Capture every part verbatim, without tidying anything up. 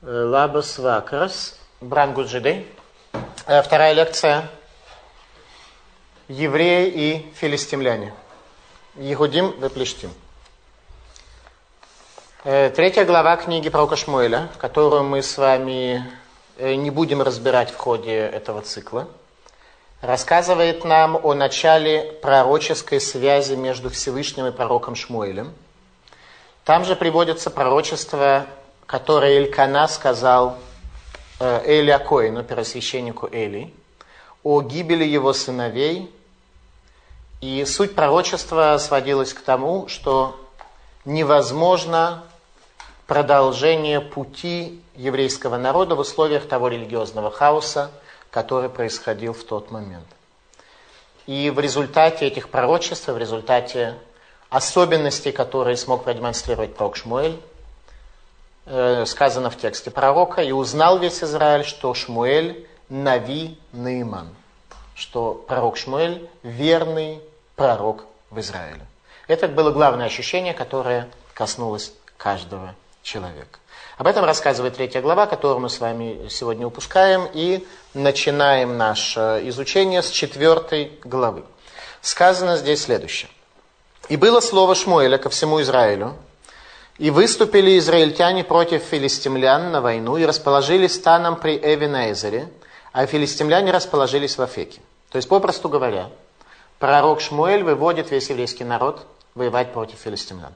Лабас вакрас, брангуджиды. Вторая лекция. Евреи и филистимляне. Егудим веплештим. Третья глава книги пророка Шмуэля, которую мы с вами не будем разбирать в ходе этого цикла, рассказывает нам о начале пророческой связи между Всевышним и пророком Шмуэлем. Там же приводится пророчество, которое Элькана сказал Эли Акоину, первосвященнику Эли, о гибели его сыновей. И суть пророчества сводилась к тому, что невозможно продолжение пути еврейского народа в условиях того религиозного хаоса, который происходил в тот момент. И в результате этих пророчеств, в результате особенностей, которые смог продемонстрировать пророк Шмуэль, э, сказано в тексте пророка: «И узнал весь Израиль, что Шмуэль нави наиман», что пророк Шмуэль верный пророк в Израиле. Это было главное ощущение, которое коснулось каждого человека. Об этом рассказывает третья глава, которую мы с вами сегодня упускаем, и начинаем наше изучение с четвертой главы. Сказано здесь следующее. «И было слово Шмуэля ко всему Израилю, и выступили израильтяне против филистимлян на войну, и расположились станом при Эвен-Эзере, а филистимляне расположились в Афеке». То есть, попросту говоря, пророк Шмуэль выводит весь еврейский народ воевать против филистимлян.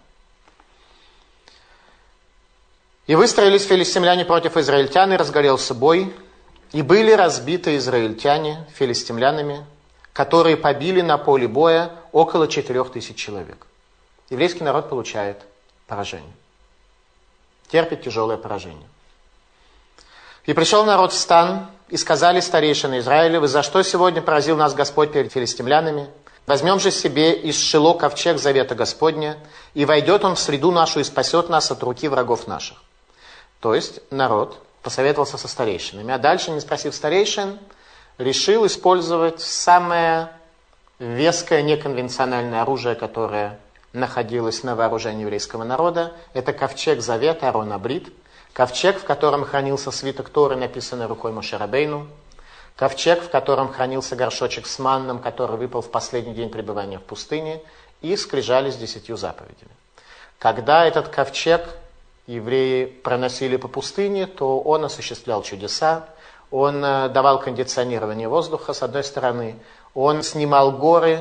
«И выстроились филистимляне против израильтян, и разгорелся бой, и были разбиты израильтяне филистимлянами, которые побили на поле боя около четырех тысяч человек». Еврейский народ получает поражение, терпит тяжелое поражение. «И пришел народ в стан, и сказали старейшины Израилевы: за что сегодня поразил нас Господь перед филистимлянами? Возьмем же себе из Шило ковчег завета Господня, и войдет он в среду нашу и спасет нас от руки врагов наших». То есть народ посоветовался со старейшинами, а дальше, не спросив старейшин, решил использовать самое веское неконвенциональное оружие, которое находилось на вооружении еврейского народа. Это ковчег завета Аарон Абрит, ковчег, в котором хранился свиток Торы, написанный рукой Моше Рабейну, ковчег, в котором хранился горшочек с манном, который выпал в последний день пребывания в пустыне, и скрижали с десятью заповедями. Когда этот ковчег евреи проносили по пустыне, то он осуществлял чудеса, он давал кондиционирование воздуха, с одной стороны, он снимал горы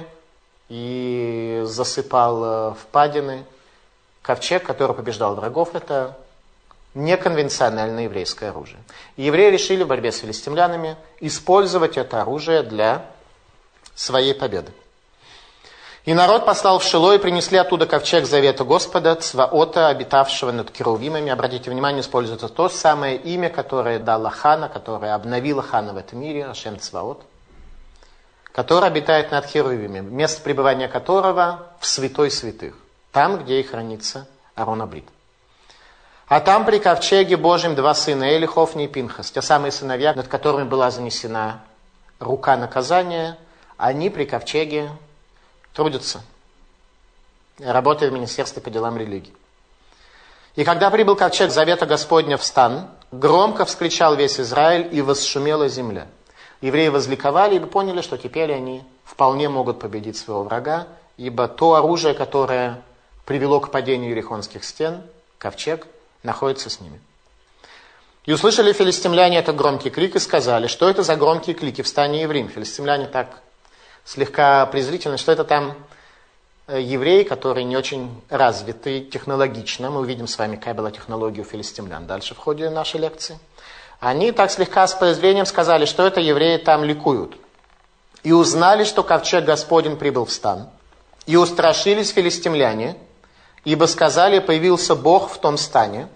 и засыпал впадины. Ковчег, который побеждал врагов, это неконвенциональное еврейское оружие. И евреи решили в борьбе с филистимлянами использовать это оружие для своей победы. «И народ послал в Шило, и принесли оттуда ковчег завета Господа, Цваота, обитавшего над Керувимами». Обратите внимание, используется то самое имя, которое дала Хана, которое обновила Хана в этом мире, Ашем Цваот, который обитает над Керувимами, место пребывания которого в святой святых, там, где и хранится Аарон Абрит. «А там при ковчеге Божьем два сына Эли, Хофни и Пинхас», те самые сыновья, над которыми была занесена рука наказания, они при ковчеге трудятся, работая в Министерстве по делам религии. «И когда прибыл ковчег завета Господня в стан, громко вскричал весь Израиль, и восшумела земля». Евреи возликовали, ибо поняли, что теперь они вполне могут победить своего врага, ибо то оружие, которое привело к падению Иерихонских стен, ковчег, находится с ними. «И услышали филистимляне этот громкий крик, и сказали: что это за громкие клики в стане евреям?» Филистимляне так слегка презрительно, что это там евреи, которые не очень развиты технологично. Мы увидим с вами, какая была технология у филистимлян дальше в ходе нашей лекции. Они так слегка с презрением сказали, что это евреи там ликуют. «И узнали, что ковчег Господень прибыл в стан, и устрашились филистимляне, ибо сказали: появился Бог в том стане.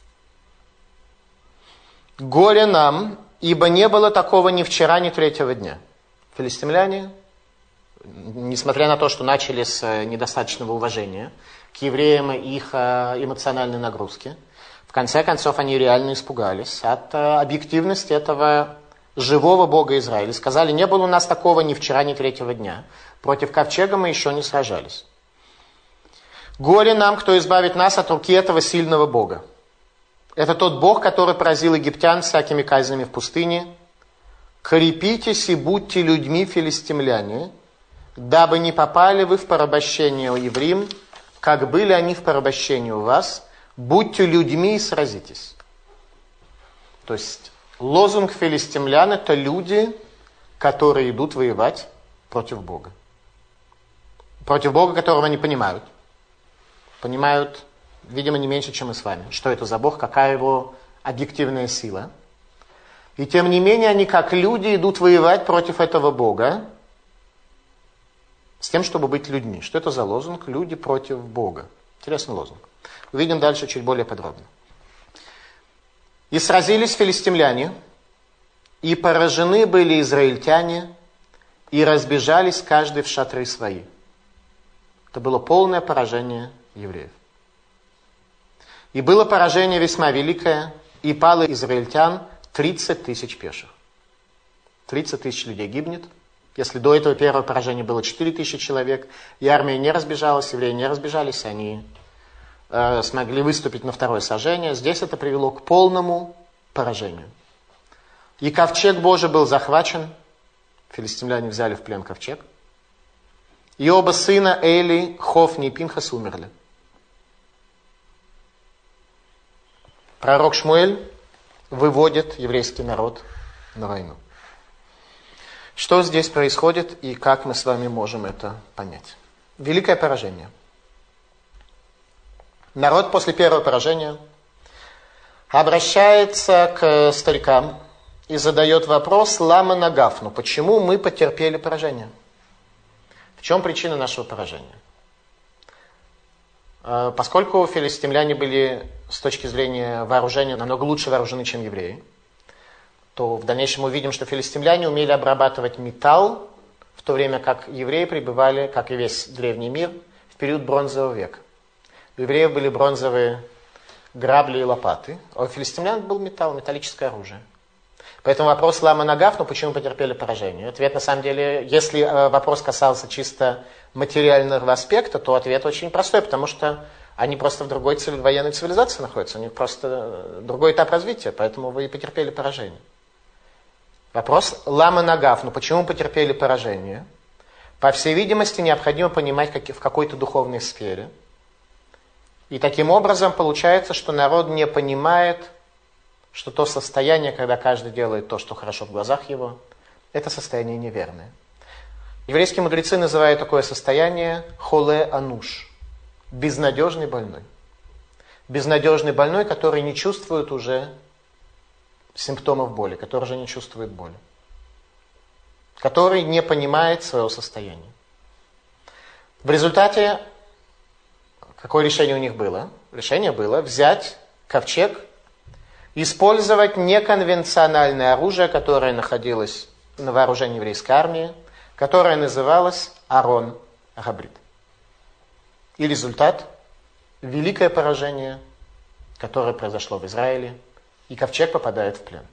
Горе нам, ибо не было такого ни вчера, ни третьего дня». Филистимляне, несмотря на то, что начали с недостаточного уважения к евреям и их эмоциональной нагрузки, в конце концов они реально испугались от объективности этого живого Бога Израиля. Сказали: не было у нас такого ни вчера, ни третьего дня. Против ковчега мы еще не сражались. Горе нам, кто избавит нас от руки этого сильного Бога. Это тот Бог, который поразил египтян всякими казнями в пустыне. Крепитесь и будьте людьми, филистимляне, дабы не попали вы в порабощение у евреям, как были они в порабощении у вас. Будьте людьми и сразитесь. То есть лозунг филистимлян – это люди, которые идут воевать против Бога. Против Бога, которого они понимают. Понимают, видимо, не меньше, чем мы с вами. Что это за Бог, какая его объективная сила. И тем не менее, они как люди идут воевать против этого Бога с тем, чтобы быть людьми. Что это за лозунг? Люди против Бога. Интересный лозунг. Увидим дальше чуть более подробно. «И сразились филистимляне, и поражены были израильтяне, и разбежались каждый в шатры свои». Это было полное поражение евреев. «И было поражение весьма великое, и пало израильтян тридцать тысяч пеших». тридцать тысяч людей гибнет. Если до этого первого поражения было четыре тысячи человек, и армия не разбежалась, евреи не разбежались, они э, смогли выступить на второе сражение. Здесь это привело к полному поражению. И ковчег Божий был захвачен. Филистимляне взяли в плен ковчег. И оба сына Эли, Хофни и Пинхас умерли. Пророк Шмуэль выводит еврейский народ на войну. Что здесь происходит и как мы с вами можем это понять? Великое поражение. Народ после первого поражения обращается к старикам и задает вопрос «Лама нагафну», почему мы потерпели поражение? В чем причина нашего поражения? Поскольку филистимляне были с точки зрения вооружения намного лучше вооружены, чем евреи, то в дальнейшем мы увидим, что филистимляне умели обрабатывать металл, в то время как евреи пребывали, как и весь древний мир, в период бронзового века. У евреев были бронзовые грабли и лопаты, а у филистимлян был металл, металлическое оружие. Поэтому вопрос «Лама нагафну», почему потерпели поражение? Ответ, на самом деле, если вопрос касался чисто материального аспекта, то ответ очень простой, потому что они просто в другой военной цивилизации находятся, у них просто другой этап развития, поэтому вы и потерпели поражение. Вопрос «Лама нагафну», почему потерпели поражение? По всей видимости, необходимо понимать как в какой-то духовной сфере. И таким образом получается, что народ не понимает, что то состояние, когда каждый делает то, что хорошо в глазах его, это состояние неверное. Еврейские мудрецы называют такое состояние холе ануш, безнадежный больной. Безнадежный больной, который не чувствует уже симптомов боли, который уже не чувствует боли, который не понимает своего состояния. В результате, какое решение у них было? Решение было взять ковчег, использовать неконвенциональное оружие, которое находилось на вооружении еврейской армии, которое называлось Арон Габрит. И результат – великое поражение, которое произошло в Израиле, и ковчег попадает в плен.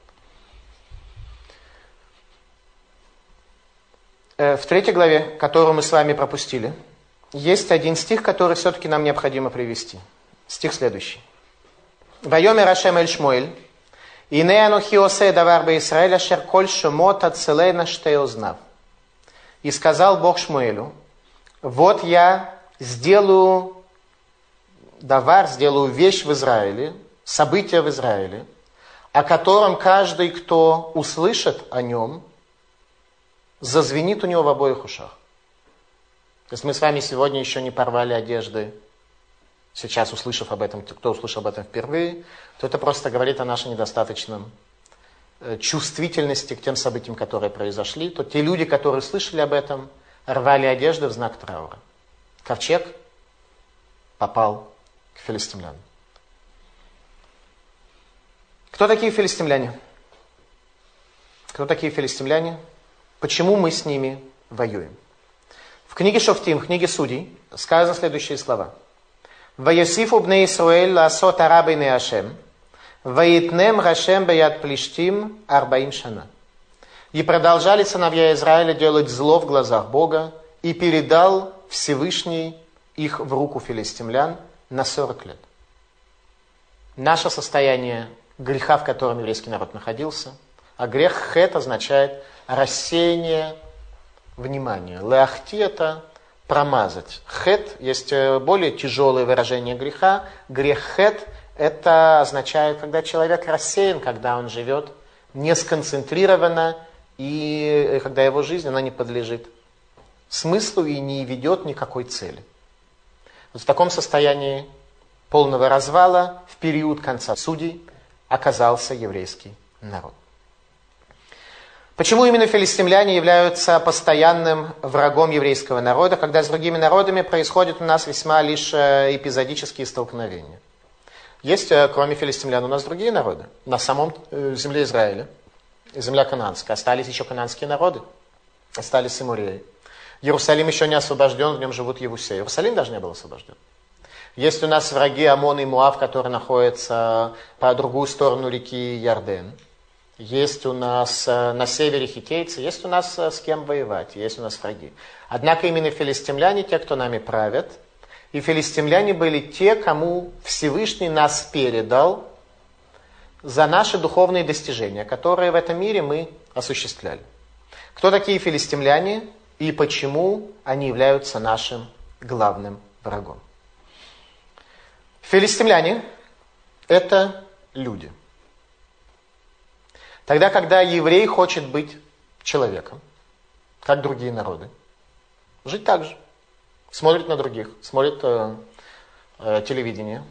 В третьей главе, которую мы с вами пропустили, есть один стих, который все-таки нам необходимо привести. Стих следующий. «Вайомер Ашем эль Шмуэль, ине анухи осе давар бе-Исраэль, ашер коль шемот ацелейна штей ознав». И сказал Бог Шмуэлю: «Вот я сделаю давар, сделаю вещь в Израиле, событие в Израиле, о котором каждый, кто услышит о нем, зазвенит у него в обоих ушах». То есть мы с вами сегодня еще не порвали одежды. Сейчас, услышав об этом, кто услышал об этом впервые, то это просто говорит о нашей недостаточном чувствительности к тем событиям, которые произошли. То те люди, которые слышали об этом, рвали одежды в знак траура. Ковчег попал к филистимлянам. Кто такие филистимляне? Кто такие филистимляне? Почему мы с ними воюем? В книге Шофтим, в книге Судей, сказаны следующие слова. «Ваясифу бне Исруэль лаасот ара бейней Ашем, ваитнем Хашем беяд плиштим арбаим шана». И продолжали сыновья Израиля делать зло в глазах Бога, и передал Всевышний их в руку филистимлян на сорок лет. наше состояние греха, в котором еврейский народ находился. А грех хет означает рассеяние внимания. Леахти – это промазать. Хет – есть более тяжелое выражение греха. Грех хет – это означает, когда человек рассеян, когда он живет не сконцентрированно, и когда его жизнь она не подлежит смыслу и не ведет никакой цели. Вот в таком состоянии полного развала в период конца судей оказался еврейский народ. Почему именно филистимляне являются постоянным врагом еврейского народа, когда с другими народами происходят у нас весьма лишь эпизодические столкновения? Есть, кроме филистимлян, у нас другие народы. На самом земле Израиля, земля кананская, остались еще кананские народы, остались Эмореи. Иерусалим еще не освобожден, в нем живут Евусеи. Иерусалим даже не был освобожден. Есть у нас враги Амон и Муав, которые находятся по другую сторону реки Ярден. Есть у нас на севере хиттейцы, есть у нас с кем воевать, есть у нас враги. Однако именно филистимляне, те, кто нами правят, и филистимляне были те, кому Всевышний нас передал за наши духовные достижения, которые в этом мире мы осуществляли. Кто такие филистимляне и почему они являются нашим главным врагом? Филистимляне – это люди. Тогда, когда еврей хочет быть человеком, как другие народы, жить так же, смотрит на других, смотрит э, э, телевидение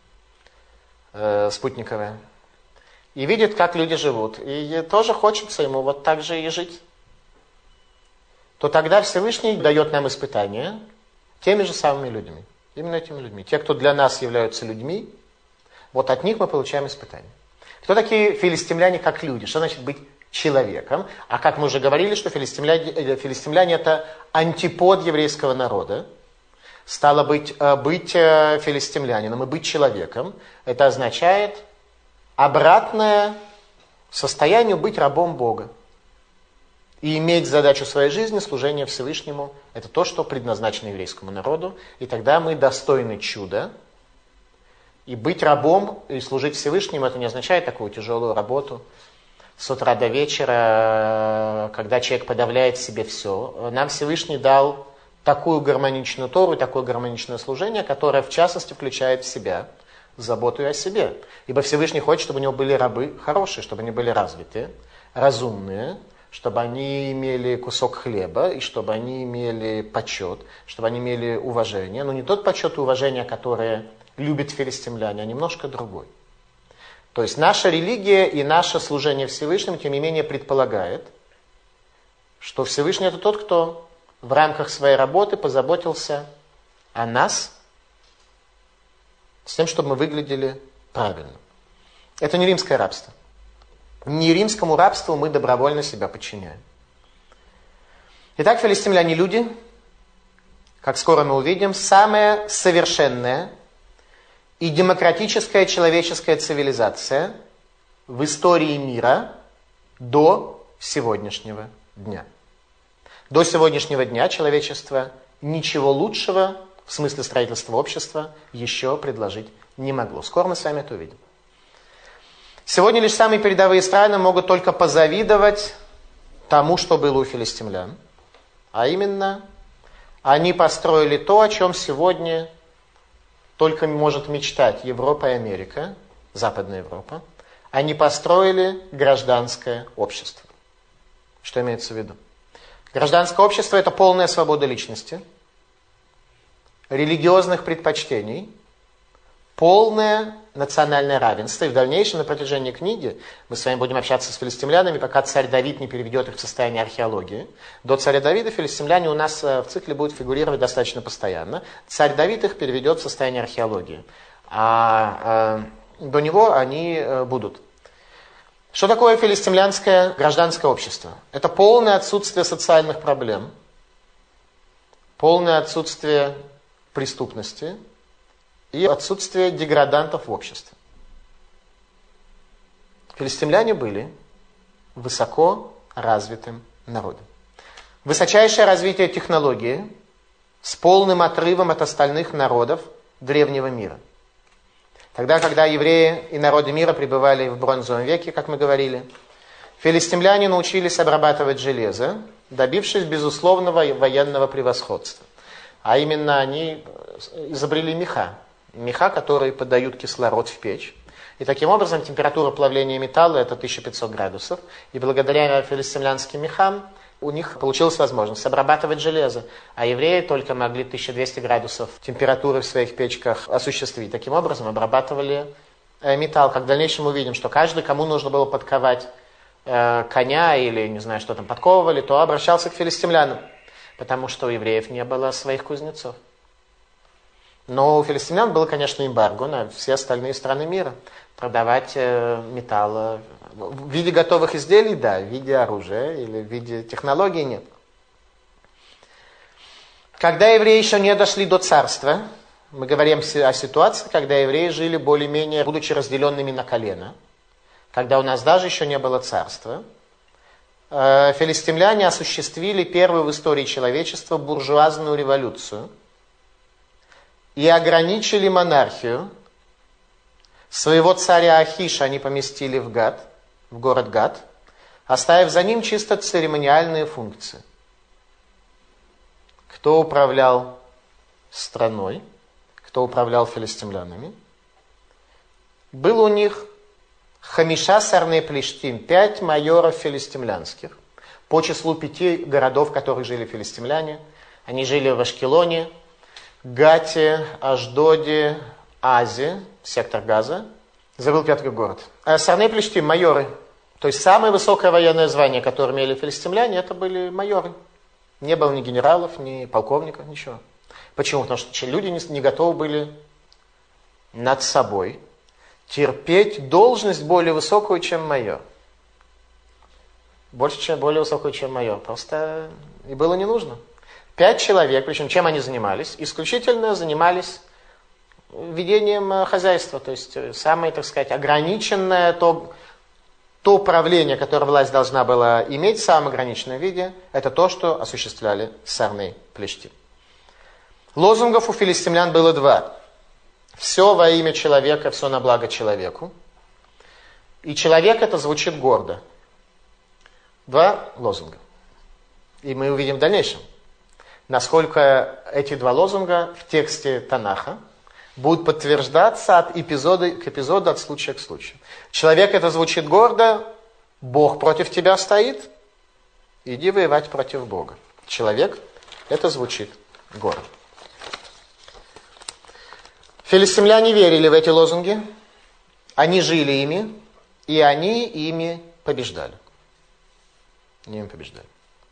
э, спутниковое, и видит, как люди живут, и тоже хочется ему вот так же и жить, то тогда Всевышний дает нам испытания теми же самыми людьми. Именно этими людьми. Те, кто для нас являются людьми, вот от них мы получаем испытания. Кто такие филистимляне как люди? Что значит быть человеком? А как мы уже говорили, что филистимляне, филистимляне это антипод еврейского народа. Стало быть, быть филистимлянином и быть человеком, это означает обратное состоянию быть рабом Бога. И иметь задачу своей жизни, служение Всевышнему, это то, что предназначено еврейскому народу. И тогда мы достойны чуда. И быть рабом и служить Всевышнему, это не означает такую тяжелую работу с утра до вечера, когда человек подавляет в себе все. Нам Всевышний дал такую гармоничную Тору, такое гармоничное служение, которое в частности включает в себя заботу и о себе. Ибо Всевышний хочет, чтобы у него были рабы хорошие, чтобы они были развитые, разумные, чтобы они имели кусок хлеба, и чтобы они имели почет, чтобы они имели уважение. Но не тот почет и уважение, которые любят филистимляне, а немножко другой. То есть наша религия и наше служение Всевышнему, тем не менее, предполагает, что Всевышний это тот, кто в рамках своей работы позаботился о нас, с тем, чтобы мы выглядели правильно. Это не римское рабство. Не римскому рабству мы добровольно себя подчиняем. Итак, филистимляне люди, как скоро мы увидим, самая совершенная и демократическая человеческая цивилизация в истории мира до сегодняшнего дня. До сегодняшнего дня человечество ничего лучшего в смысле строительства общества еще предложить не могло. Скоро мы с вами это увидим. Сегодня лишь самые передовые страны могут только позавидовать тому, что было у филистимлян. А именно, они построили то, о чем сегодня только может мечтать Европа и Америка, Западная Европа. Они построили гражданское общество. Что имеется в виду? Гражданское общество – это полная свобода личности, религиозных предпочтений, полное национальное равенство. И в дальнейшем, на протяжении книги, мы с вами будем общаться с филистимлянами, пока царь Давид не переведет их в состояние археологии. До царя Давида филистимляне у нас в цикле будут фигурировать достаточно постоянно. Царь Давид их переведет в состояние археологии. А э, до него они э, будут. Что такое филистимлянское гражданское общество? Это полное отсутствие социальных проблем, полное отсутствие преступности и отсутствие деградантов в обществе. Филистимляне были высоко развитым народом. Высочайшее развитие технологии с полным отрывом от остальных народов древнего мира. Тогда, когда евреи и народы мира пребывали в бронзовом веке, как мы говорили, филистимляне научились обрабатывать железо, добившись безусловного военного превосходства. А именно они изобрели меха. Меха, которые поддают кислород в печь. И таким образом температура плавления металла это тысяча пятьсот градусов. И благодаря филистимлянским мехам у них получилась возможность обрабатывать железо. А евреи только могли тысяча двести градусов температуры в своих печках осуществить. Таким образом обрабатывали металл. Как в дальнейшем мы увидим, что каждый, кому нужно было подковать э, коня или, не знаю, что там подковывали, то обращался к филистимлянам. Потому что у евреев не было своих кузнецов. Но у филистимлян было, конечно, эмбарго на все остальные страны мира. Продавать э, металл в виде готовых изделий, да, в виде оружия или в виде технологий нет. Когда евреи еще не дошли до царства, мы говорим о ситуации, когда евреи жили более-менее, будучи разделенными на колено, когда у нас даже еще не было царства, э, филистимляне осуществили первую в истории человечества буржуазную революцию и ограничили монархию. Своего царя Ахиша они поместили в Гат, в город Гат, оставив за ним чисто церемониальные функции. Кто управлял страной, кто управлял филистимлянами? Был у них Хамиша Сарне Плештим, пять майоров филистимлянских, по числу пяти городов, в которых жили филистимляне. Они жили в Ашкелоне, Гате, Ашдоде, Азе, сектор Газа. Забыл пятый город. А Сарне Плештим, майоры. То есть самое высокое военное звание, которое имели филистимляне, это были майоры. Не было ни генералов, ни полковников, ничего. Почему? Потому что люди не, не готовы были над собой терпеть должность более высокую, чем майор. Больше, чем более высокую, чем майор. Просто и было не нужно. Пять человек, причем чем они занимались? Исключительно занимались ведением хозяйства. То есть самое, так сказать, ограниченное, то, то управление, которое власть должна была иметь в самом ограниченном виде, это то, что осуществляли Сарней Плештим. Лозунгов у филистимлян было два. Все во имя человека, все на благо человеку. И человек это звучит гордо. Два лозунга. И мы увидим в дальнейшем, насколько эти два лозунга в тексте Танаха будут подтверждаться от эпизода к эпизоду, от случая к случаю. Человек это звучит гордо, Бог против тебя стоит, иди воевать против Бога. Человек это звучит гордо. Филистимляне верили в эти лозунги, они жили ими, и они ими побеждали. Они ими побеждали.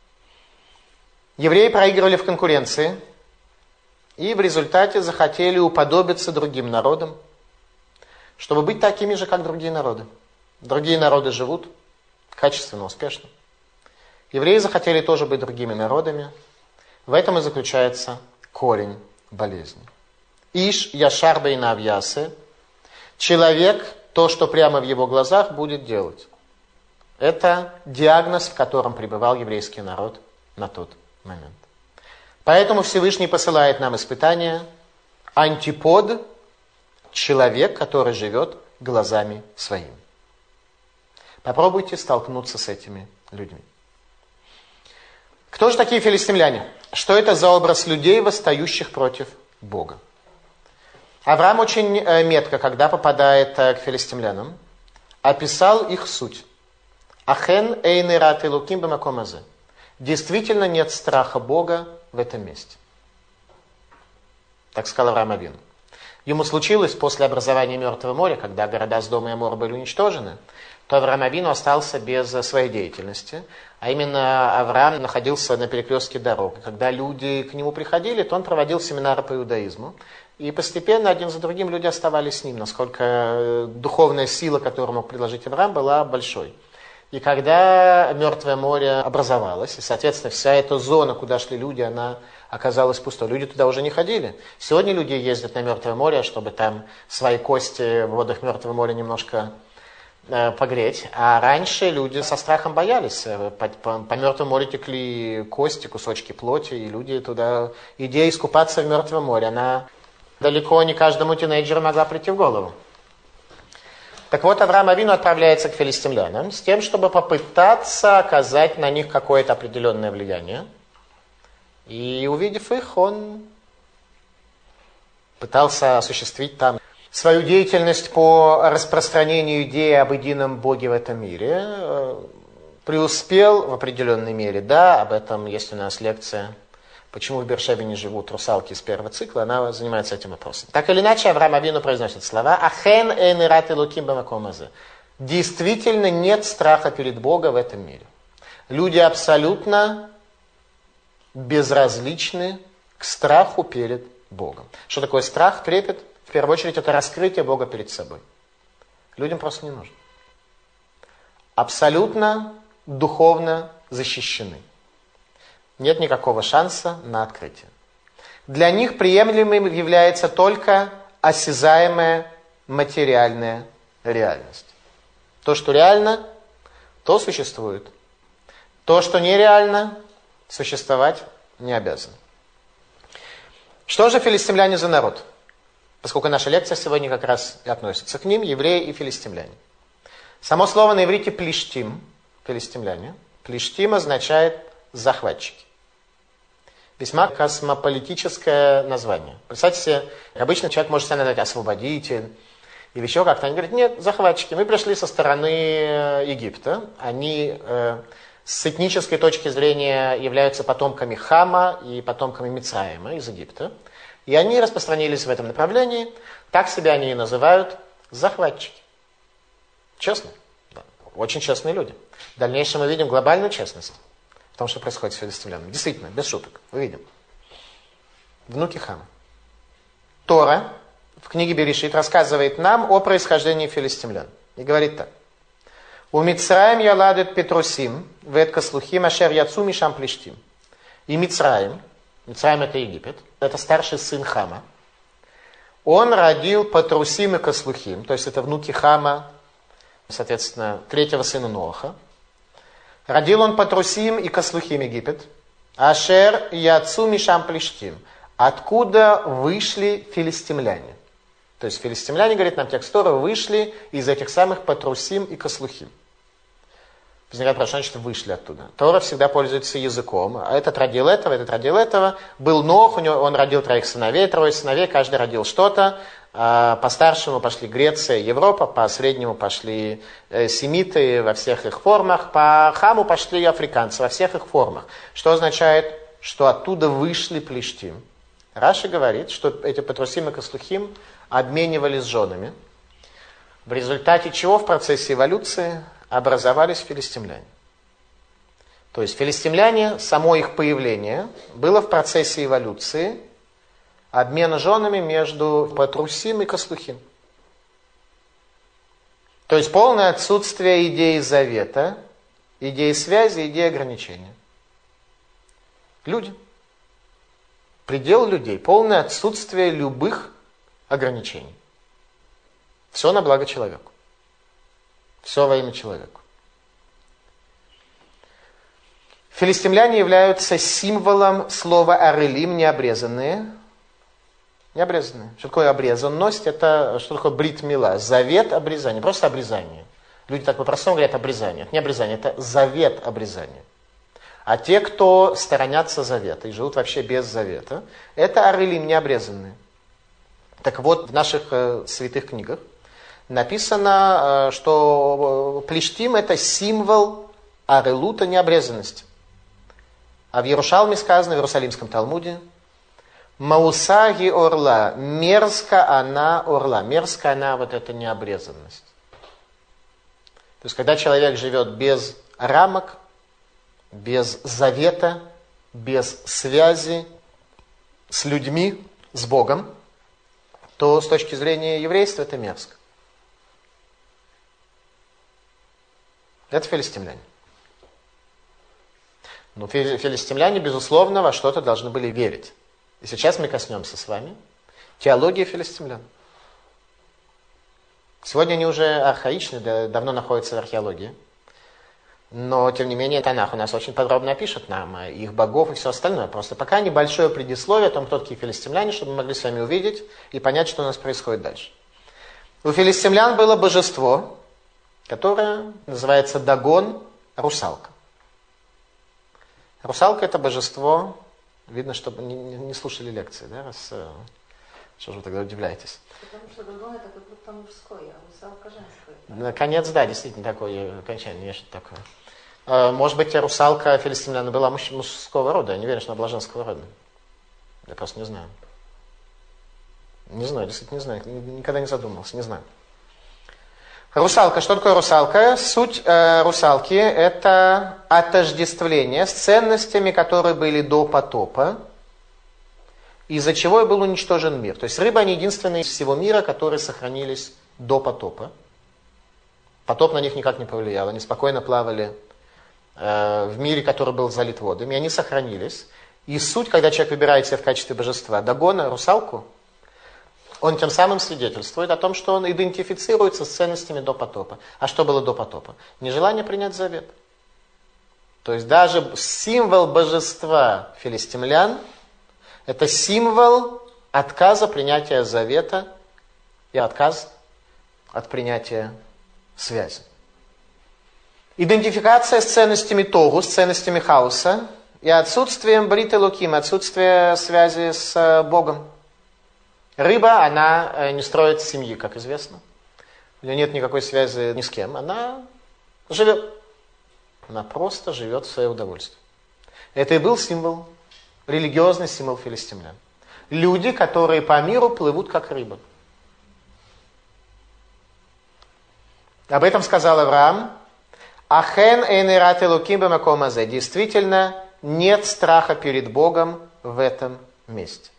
Евреи проигрывали в конкуренции, и в результате захотели уподобиться другим народам, чтобы быть такими же, как другие народы. Другие народы живут качественно, успешно. Евреи захотели тоже быть другими народами. В этом и заключается корень болезни. Иш яшар бейнав ясе. Человек, то, что прямо в его глазах, будет делать. Это диагноз, в котором пребывал еврейский народ на тот момент. Поэтому Всевышний посылает нам испытания. Антипод – человек, который живет глазами своими. Попробуйте столкнуться с этими людьми. Кто же такие филистимляне? Что это за образ людей, восстающих против Бога? Авраам очень метко, когда попадает к филистимлянам, описал их суть. Ахен эйны рат элуким бемаком азе. Действительно нет страха Бога в этом месте. Так сказал Авраам Авину. Ему случилось после образования Мертвого моря, когда города Содома и Гоморра были уничтожены, то Авраам Авину остался без своей деятельности. А именно Авраам находился на перекрестке дорог. И когда люди к нему приходили, то он проводил семинары по иудаизму. И постепенно один за другим люди оставались с ним, насколько духовная сила, которую мог предложить Авраам, была большой. И когда Мертвое море образовалось, и, соответственно, вся эта зона, куда шли люди, она оказалась пустой. Люди туда уже не ходили. Сегодня люди ездят на Мертвое море, чтобы там свои кости в водах Мертвого моря немножко э, погреть. А раньше люди со страхом боялись. По, по, по Мертвому морю текли кости, кусочки плоти, и люди туда... Идея искупаться в Мертвом море, она далеко не каждому тинейджеру могла прийти в голову. Так вот, Авраам Авину отправляется к филистимлянам с тем, чтобы попытаться оказать на них какое-то определенное влияние. И увидев их, он пытался осуществить там свою деятельность по распространению идеи об едином Боге в этом мире. Преуспел в определенной мере, да, об этом есть у нас лекция «Почему в Бершеве не живут русалки» из первого цикла, она занимается этим вопросом. Так или иначе, Авраам Авину произносит слова «Ахен эн ират элоким бамаком азе». Действительно нет страха перед Богом в этом мире. Люди абсолютно безразличны к страху перед Богом. Что такое страх, трепет? В первую очередь, это раскрытие Бога перед собой. Людям просто не нужно. Абсолютно духовно защищены. Нет никакого шанса на открытие. Для них приемлемым является только осязаемая материальная реальность. То, что реально, то существует. То, что нереально, существовать не обязано. Что же филистимляне за народ? Поскольку наша лекция сегодня как раз и относится к ним, евреи и филистимляне. Само слово на иврите плештим, филистимляне, плештим означает захватчики. Весьма космополитическое название. Представьте себе, обычно человек может себя назвать освободитель или еще как-то. Они говорят, нет, захватчики. Мы пришли со стороны Египта. Они э, с этнической точки зрения являются потомками Хама и потомками Мицраима из Египта. И они распространились в этом направлении. Так себя они и называют захватчики. Честно? Да. Очень честные люди. В дальнейшем мы видим глобальную честность в том, что происходит с филистимлянами. Действительно, без шуток. Мы видим. Внуки Хама. Тора в книге Берешит рассказывает нам о происхождении филистимлян. И говорит так. У Мицраим яладет Петрусим, вет каслухим ашер яцу мишам плештим. И Мицраим, Мицраим это Египет, это старший сын Хама. Он родил Патрусим и Каслухим, то есть это внуки Хама, соответственно, третьего сына Ноаха. Родил он Патрусим и Каслухим Египет. Ашер яцу мишам плештим. Откуда вышли филистимляне? То есть филистимляне, говорит нам текст Торы, вышли из этих самых Патрусим и Каслухим. Возникает вопрос, что значит вышли оттуда. Тора всегда пользуется языком. А этот родил этого, этот родил этого. Был Нох, у него, он родил троих сыновей, трое сыновей, каждый родил что-то. По старшему пошли Греция, Европа, по среднему пошли семиты во всех их формах, по Хаму пошли африканцы во всех их формах. Что означает, что оттуда вышли плештим. Раши говорит, что эти Патрусим и Каслухим обменивались женами, в результате чего в процессе эволюции образовались филистимляне. То есть филистимляне, само их появление было в процессе эволюции обмена женами между Патрусим и Каслухим. То есть полное отсутствие идеи завета, идеи связи, идеи ограничения. Люди. Предел людей. Полное отсутствие любых ограничений. Все на благо человеку. Все во имя человеку. Филистимляне являются символом слова «арелим», необрезанные. Необрезанные. Что такое обрезанность? Это что такое брит мила? Завет обрезания. Просто обрезание. Люди так по-простому говорят обрезание. Это не обрезание, это завет обрезания. А те, кто сторонятся завета и живут вообще без завета, это арелим, необрезанные. Так вот, в наших э, святых книгах написано, э, что плештим это символ арелута, необрезанности. А в Иерушалме сказано, в Иерусалимском Талмуде, Маусаги орла, мерзко она орла. Мерзко она вот эта необрезанность. То есть, когда человек живет без рамок, без завета, без связи с людьми, с Богом, то с точки зрения еврейства это мерзко. Это филистимляне. Но филистимляне, безусловно, во что-то должны были верить. И сейчас мы коснемся с вами теологии филистимлян. Сегодня они уже архаичны, давно находятся в археологии. Но, тем не менее, Танах у нас очень подробно опишет нам их богов и все остальное. Просто пока небольшое предисловие о том, кто такие филистимляне, чтобы мы могли с вами увидеть и понять, что у нас происходит дальше. У филистимлян было божество, которое называется Дагон, русалка. Русалка — это божество, видно, что не, не слушали лекции, да, раз, что же вы тогда удивляетесь? Потому что Дагон — это как будто мужское, а русалка женское. Наконец, да, действительно, такое окончание, есть что-то такое. Может быть, русалка филистимлян была мужского рода, я не уверен, что она была женского рода. Я просто не знаю. Не знаю, действительно не знаю, никогда не задумывался, не знаю. Русалка. Что такое русалка? Суть э, русалки — это отождествление с ценностями, которые были до потопа, из-за чего и был уничтожен мир. То есть рыбы, они единственные из всего мира, которые сохранились до потопа. Потоп на них никак не повлиял. Они спокойно плавали э, в мире, который был залит водами. И они сохранились. И суть, когда человек выбирает себя в качестве божества Дагона, русалку, он тем самым свидетельствует о том, что он идентифицируется с ценностями до потопа. А что было до потопа? Нежелание принять завет. То есть даже символ божества филистимлян — это символ отказа принятия завета и отказ от принятия связи. Идентификация с ценностями Тогу, с ценностями хаоса и отсутствием брит элоким, отсутствие связи с Богом. Рыба, она не строит семьи, как известно. У нее нет никакой связи ни с кем. Она живет. Она просто живет в свое удовольствие. Это и был символ, религиозный символ филистимлян. Люди, которые по миру плывут, как рыба. Об этом сказал Авраам. Ахен эйнерат элоким бэмаком азе. Действительно, нет страха перед Богом в этом месте.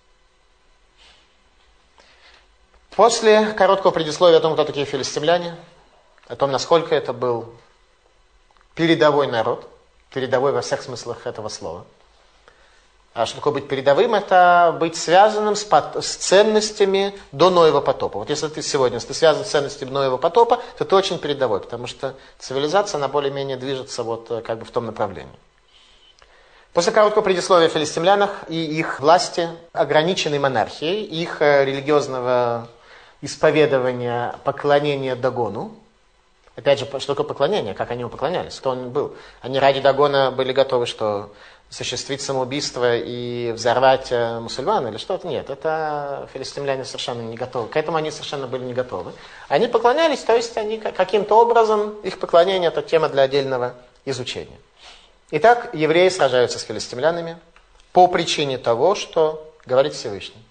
После короткого предисловия о том, кто такие филистимляне, о том, насколько это был передовой народ, передовой во всех смыслах этого слова. А что такое быть передовым? Это быть связанным с, под, с ценностями до Ноева потопа. Вот если ты сегодня, если ты связан с ценностями Ноева потопа, то ты очень передовой, потому что цивилизация, она более-менее движется вот как бы в том направлении. После короткого предисловия о филистимлянах и их власти, ограниченной монархией, их религиозного исповедования, поклонения Дагону. Опять же, что такое поклонение? Как они ему поклонялись? Кто он был? Они ради Дагона были готовы что? Осуществить самоубийство и взорвать мусульман или что-то? Нет, это филистимляне совершенно не готовы. К этому они совершенно были не готовы. Они поклонялись, то есть они каким-то образом, их поклонение — это тема для отдельного изучения. Итак, евреи сражаются с филистимлянами по причине того, что говорит Всевышний.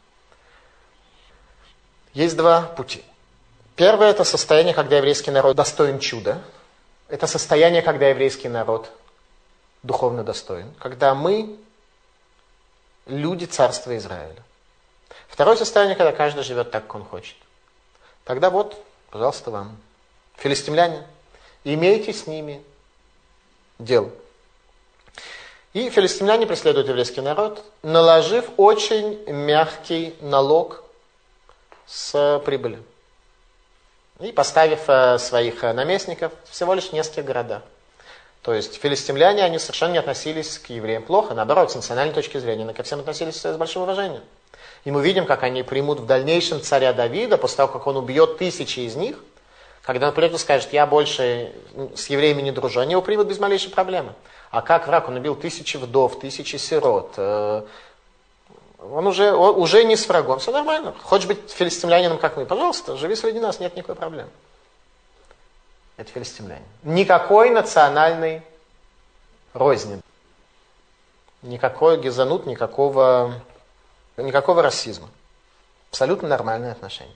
Есть два пути. Первое — это состояние, когда еврейский народ достоин чуда. Это состояние, когда еврейский народ духовно достоин. Когда мы люди царства Израиля. Второе состояние, когда каждый живет так, как он хочет. Тогда вот, пожалуйста, вам, филистимляне, имейте с ними дело. И филистимляне преследуют еврейский народ, наложив очень мягкий налог с прибыли. И поставив своих наместников всего лишь в нескольких городах. То есть филистимляне, они совершенно не относились к евреям плохо, наоборот, с национальной точки зрения, они ко всем относились с большим уважением. И мы видим, как они примут в дальнейшем царя Давида, после того, как он убьет тысячи из них, когда он придет и скажет: я больше с евреями не дружу, они его примут без малейшей проблемы. А как враг? Он убил тысячи вдов, тысячи сирот. Он уже, он уже не с врагом. Все нормально. Хочешь быть филистимлянином, как мы? Пожалуйста, живи среди нас, нет никакой проблемы. Это филистимляне. Никакой национальной розни. Никакой гезанут, никакого, никакого расизма. Абсолютно нормальные отношения.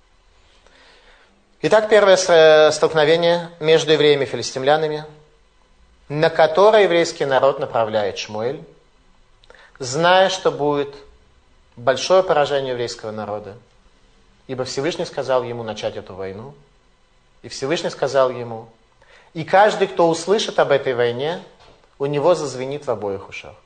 Итак, первое столкновение между евреями и филистимлянами, на которое еврейский народ направляет Шмуэль, зная, что будет большое поражение еврейского народа, ибо Всевышний сказал ему начать эту войну, и Всевышний сказал ему: и каждый, кто услышит об этой войне, у него зазвенит в обоих ушах.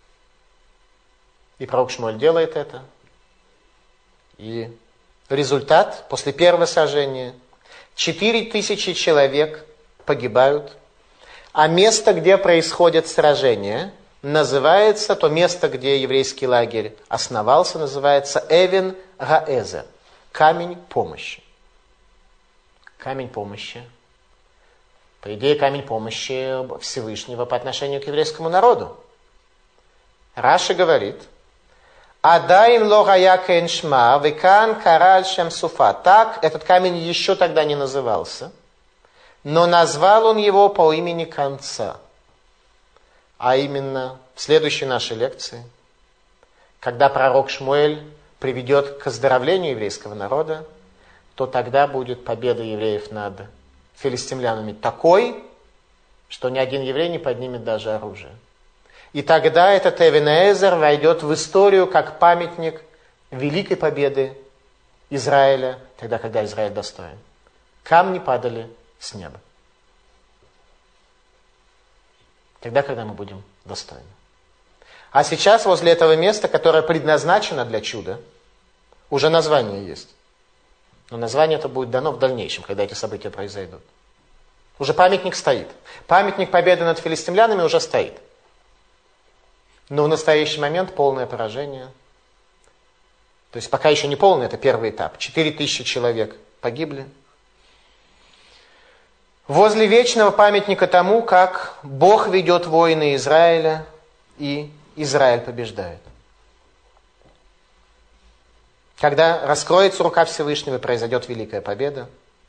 И пророк Шмуэль делает это, и результат, после первого сражения, четыре тысячи человек погибают, а место, где происходит сражение, называется, то место, где еврейский лагерь основался, называется Эвен Гаэзер, камень помощи. камень помощи. По идее, камень помощи Всевышнего по отношению к еврейскому народу. Раши говорит, «Адайн логая кеншма, векан караль шем суфа». Так, этот камень еще тогда не назывался, но назвал он его по имени конца. А именно, в следующей нашей лекции, когда пророк Шмуэль приведет к оздоровлению еврейского народа, то тогда будет победа евреев над филистимлянами такой, что ни один еврей не поднимет даже оружие. И тогда этот Эвен-Эзер войдет в историю как памятник великой победы Израиля, тогда, когда Израиль достоин. Камни падали с неба. Тогда, когда мы будем достойны. А сейчас возле этого места, которое предназначено для чуда, уже название есть. Но название это будет дано в дальнейшем, когда эти события произойдут. Уже памятник стоит. Памятник победы над филистимлянами уже стоит. Но в настоящий момент полное поражение. То есть пока еще не полный, это первый этап. Четыре тысячи человек погибли. Возле вечного памятника тому, как Бог ведет войны Израиля, и Израиль побеждает. Когда раскроется рука Всевышнего, произойдет великая победа.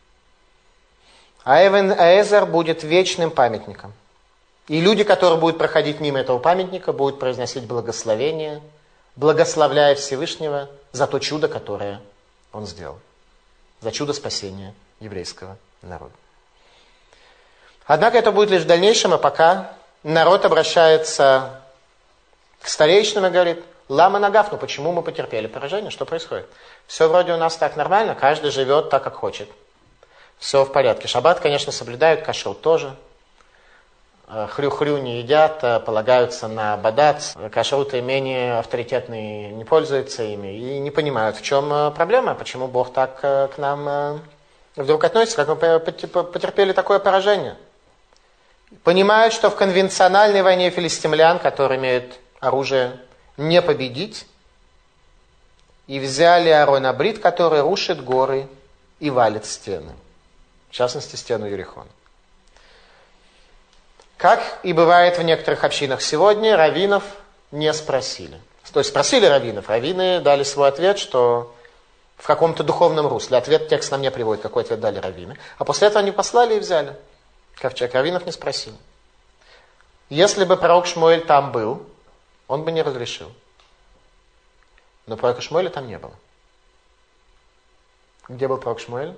А Эвен-Эзер будет вечным памятником. И люди, которые будут проходить мимо этого памятника, будут произносить благословение, благословляя Всевышнего за то чудо, которое он сделал. За чудо спасения еврейского народа. Однако это будет лишь в дальнейшем, а пока народ обращается к старейшинам и говорит: «Лама нагав, ну почему мы потерпели поражение? Что происходит? Все вроде у нас так нормально, каждый живет так, как хочет. Все в порядке. Шаббат, конечно, соблюдают, кашрут тоже. Хрю-хрю не едят, полагаются на бадац. Кашруты менее авторитетные не пользуются ими и не понимают, в чем проблема, почему Бог так к нам вдруг относится, как мы потерпели такое поражение. Понимают, что в конвенциональной войне филистимлян, которые имеют оружие, не победить, и взяли Аарон Абрит, который рушит горы и валит стены. В частности, стену Ерихона. Как и бывает в некоторых общинах сегодня, раввинов не спросили. То есть спросили раввинов, раввины дали свой ответ, что в каком-то духовном русле. Ответ текст нам не приводит, какой ответ дали раввины. А после этого они послали и взяли ковчег. Раввинов не спросили. Если бы пророк Шмуэль там был, он бы не разрешил. Но пророка Шмуэля там не было. Где был пророк Шмуэль?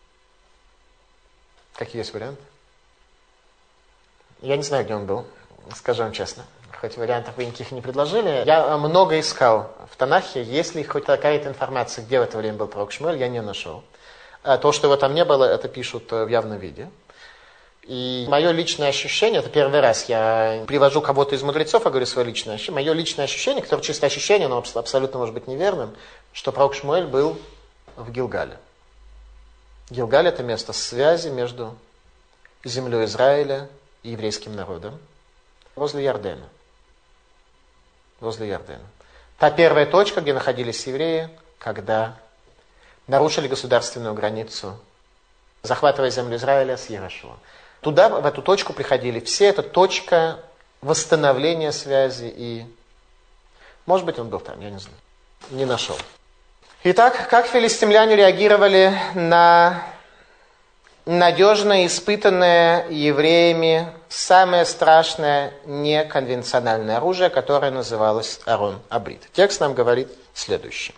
Какие есть варианты? Я не знаю, где он был, скажу вам честно. Хоть вариантов вы никаких не предложили. Я много искал в Танахе, есть ли хоть какая-то информация, где в это время был пророк Шмуэль, я не нашел. А то, что его там не было, это пишут в явном виде. И мое личное ощущение, это первый раз я привожу кого-то из мудрецов, я говорю свое личное ощущение, мое личное ощущение, которое чисто ощущение, но абсолютно может быть неверным, что пророк Шмуэль был в Гилгале. Гилгаль — это место связи между землей Израиля и еврейским народом, возле Ярдена. Возле Ярдена. Та первая точка, где находились евреи, когда нарушили государственную границу, захватывая землю Израиля с Йерошуа. Туда, в эту точку приходили все. Это точка восстановления связи. И, может быть, он был там, я не знаю. Не нашел. Итак, как филистимляне реагировали на надежно испытанное евреями самое страшное неконвенциональное оружие, которое называлось Аарон Абрит. Текст нам говорит следующее.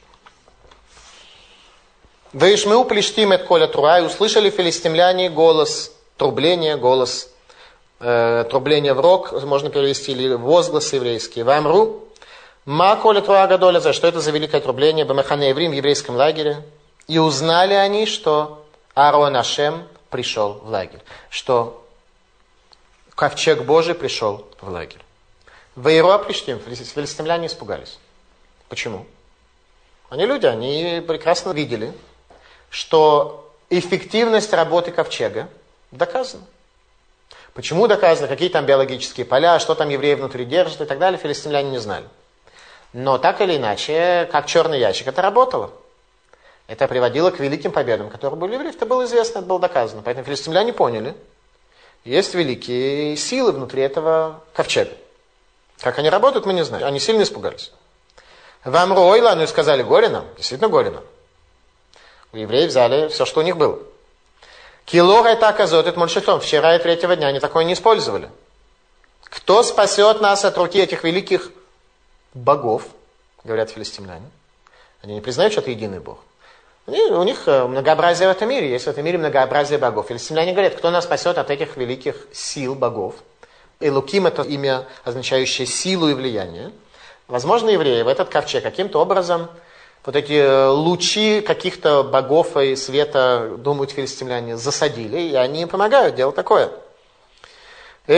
«Ваишмеу плештим эт коля труа», и услышали филистимляне голос трубления, голос э, трубления в рог, можно перевести, или возглас еврейский. «Вамру, ма коля труа гадоля», за что это за великое трубление, бамахане еврим в еврейском лагере. И узнали они, что Аарон Ашем пришел в лагерь, что ковчег Божий пришел в лагерь. Ваируа плештим, филистимляне испугались. Почему? Они люди, они прекрасно видели, что эффективность работы ковчега доказана. Почему доказано? Какие там биологические поля, что там евреи внутри держат и так далее, филистимляне не знали. Но так или иначе, как черный ящик, это работало. Это приводило к великим победам, которые были у евреев. Это было известно, это было доказано. Поэтому филистимляне поняли, есть великие силы внутри этого ковчега. Как они работают, мы не знаем. Они сильно испугались. Вамру ойлану и сказали, горе нам, действительно горе нам. У евреев взяли все, что у них было. Килора и так азотит мульшитом. Вчера и третьего дня они такое не использовали. Кто спасет нас от руки этих великих богов, говорят филистимляне. Они не признают, что это единый бог. Они, у них многообразие в этом мире. Есть в этом мире многообразие богов. Филистимляне говорят, кто нас спасет от этих великих сил богов. Элуким — это имя, означающее силу и влияние. Возможно, евреи в этот ковчег каким-то образом вот эти лучи каких-то богов и света, думают филистимляне, засадили, и они им помогают делать такое. И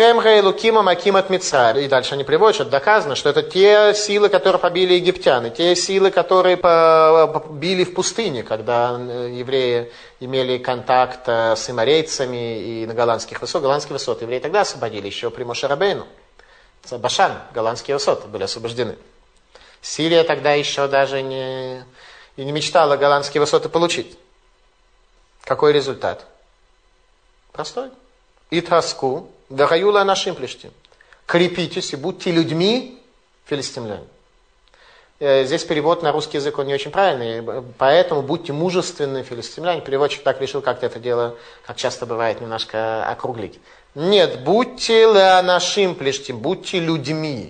дальше они приводят, что это доказано, что это те силы, которые побили египтян, и те силы, которые побили в пустыне, когда евреи имели контакт с имарейцами и на голландских высотах. Голландские высоты евреи тогда освободили, еще при Моше Рабейну. Башан, голландские высоты были освобождены. Сирия тогда еще даже не, и не мечтала голландские высоты получить. Какой результат? Простой. Итраску, дараюла нашим плештим. Крепитесь и будьте людьми, филистимляне. Здесь перевод на русский язык, он не очень правильный, поэтому будьте мужественны, филистимляне. Переводчик так решил как-то это дело, как часто бывает, немножко округлить. Нет, будьте нашим плештим, будьте людьми.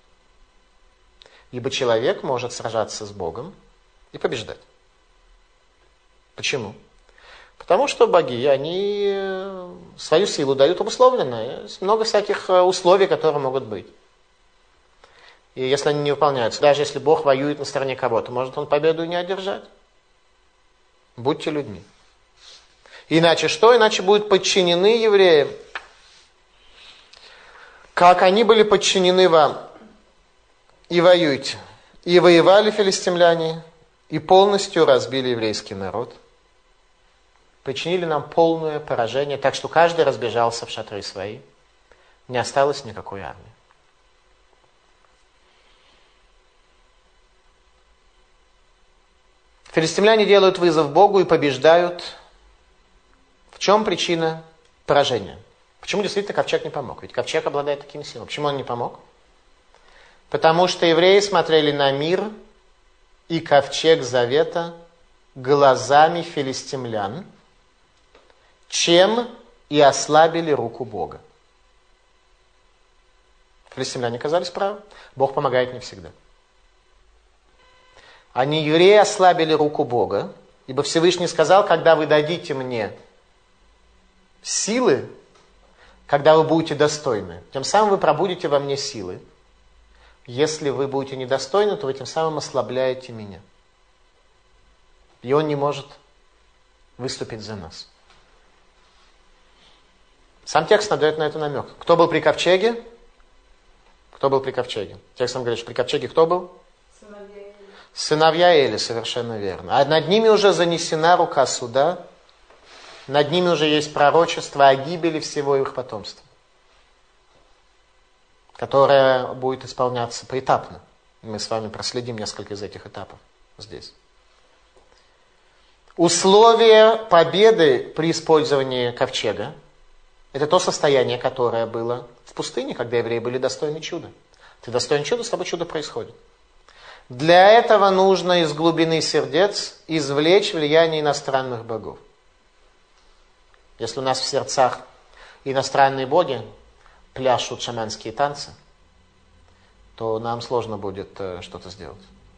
Ибо человек может сражаться с Богом и побеждать. Почему? Потому что боги, они свою силу дают обусловленно. Есть много всяких условий, которые могут быть. И если они не выполняются, даже если Бог воюет на стороне кого-то, может он победу и не одержать. Будьте людьми. Иначе что? Иначе будут подчинены евреям. Как они были подчинены вам. И воюйте. И воевали филистимляне, и полностью разбили еврейский народ. Причинили нам полное поражение, так что каждый разбежался в шатры свои. Не осталось никакой армии. Филистимляне делают вызов Богу и побеждают. В чем причина поражения? Почему действительно ковчег не помог? Ведь ковчег обладает такими силами. Почему он не помог? Потому что евреи смотрели на мир и ковчег завета глазами филистимлян, чем и ослабили руку Бога. Филистимляне оказались правы. Бог помогает не всегда. Они, евреи, ослабили руку Бога, ибо Всевышний сказал, когда вы дадите мне силы, когда вы будете достойны, тем самым вы пробудите во мне силы. Если вы будете недостойны, то вы тем самым ослабляете меня. И он не может выступить за нас. Сам текст надает на это намек. Кто был при ковчеге? Кто был при ковчеге? Текст нам говорит, что при ковчеге кто был? Сыновья Эли. Сыновья Эли, совершенно верно. А над ними уже занесена рука суда. Над ними уже есть пророчество о гибели всего их потомства, которое будет исполняться поэтапно. Мы с вами проследим несколько из этих этапов здесь. Условие победы при использовании ковчега – это то состояние, которое было в пустыне, когда евреи были достойны чуда. Ты достоин чуда, с тобой чудо происходит. Для этого нужно из глубины сердец извлечь влияние иностранных богов. Если у нас в сердцах иностранные боги пляшут шаманские танцы, то нам сложно будет что-то сделать.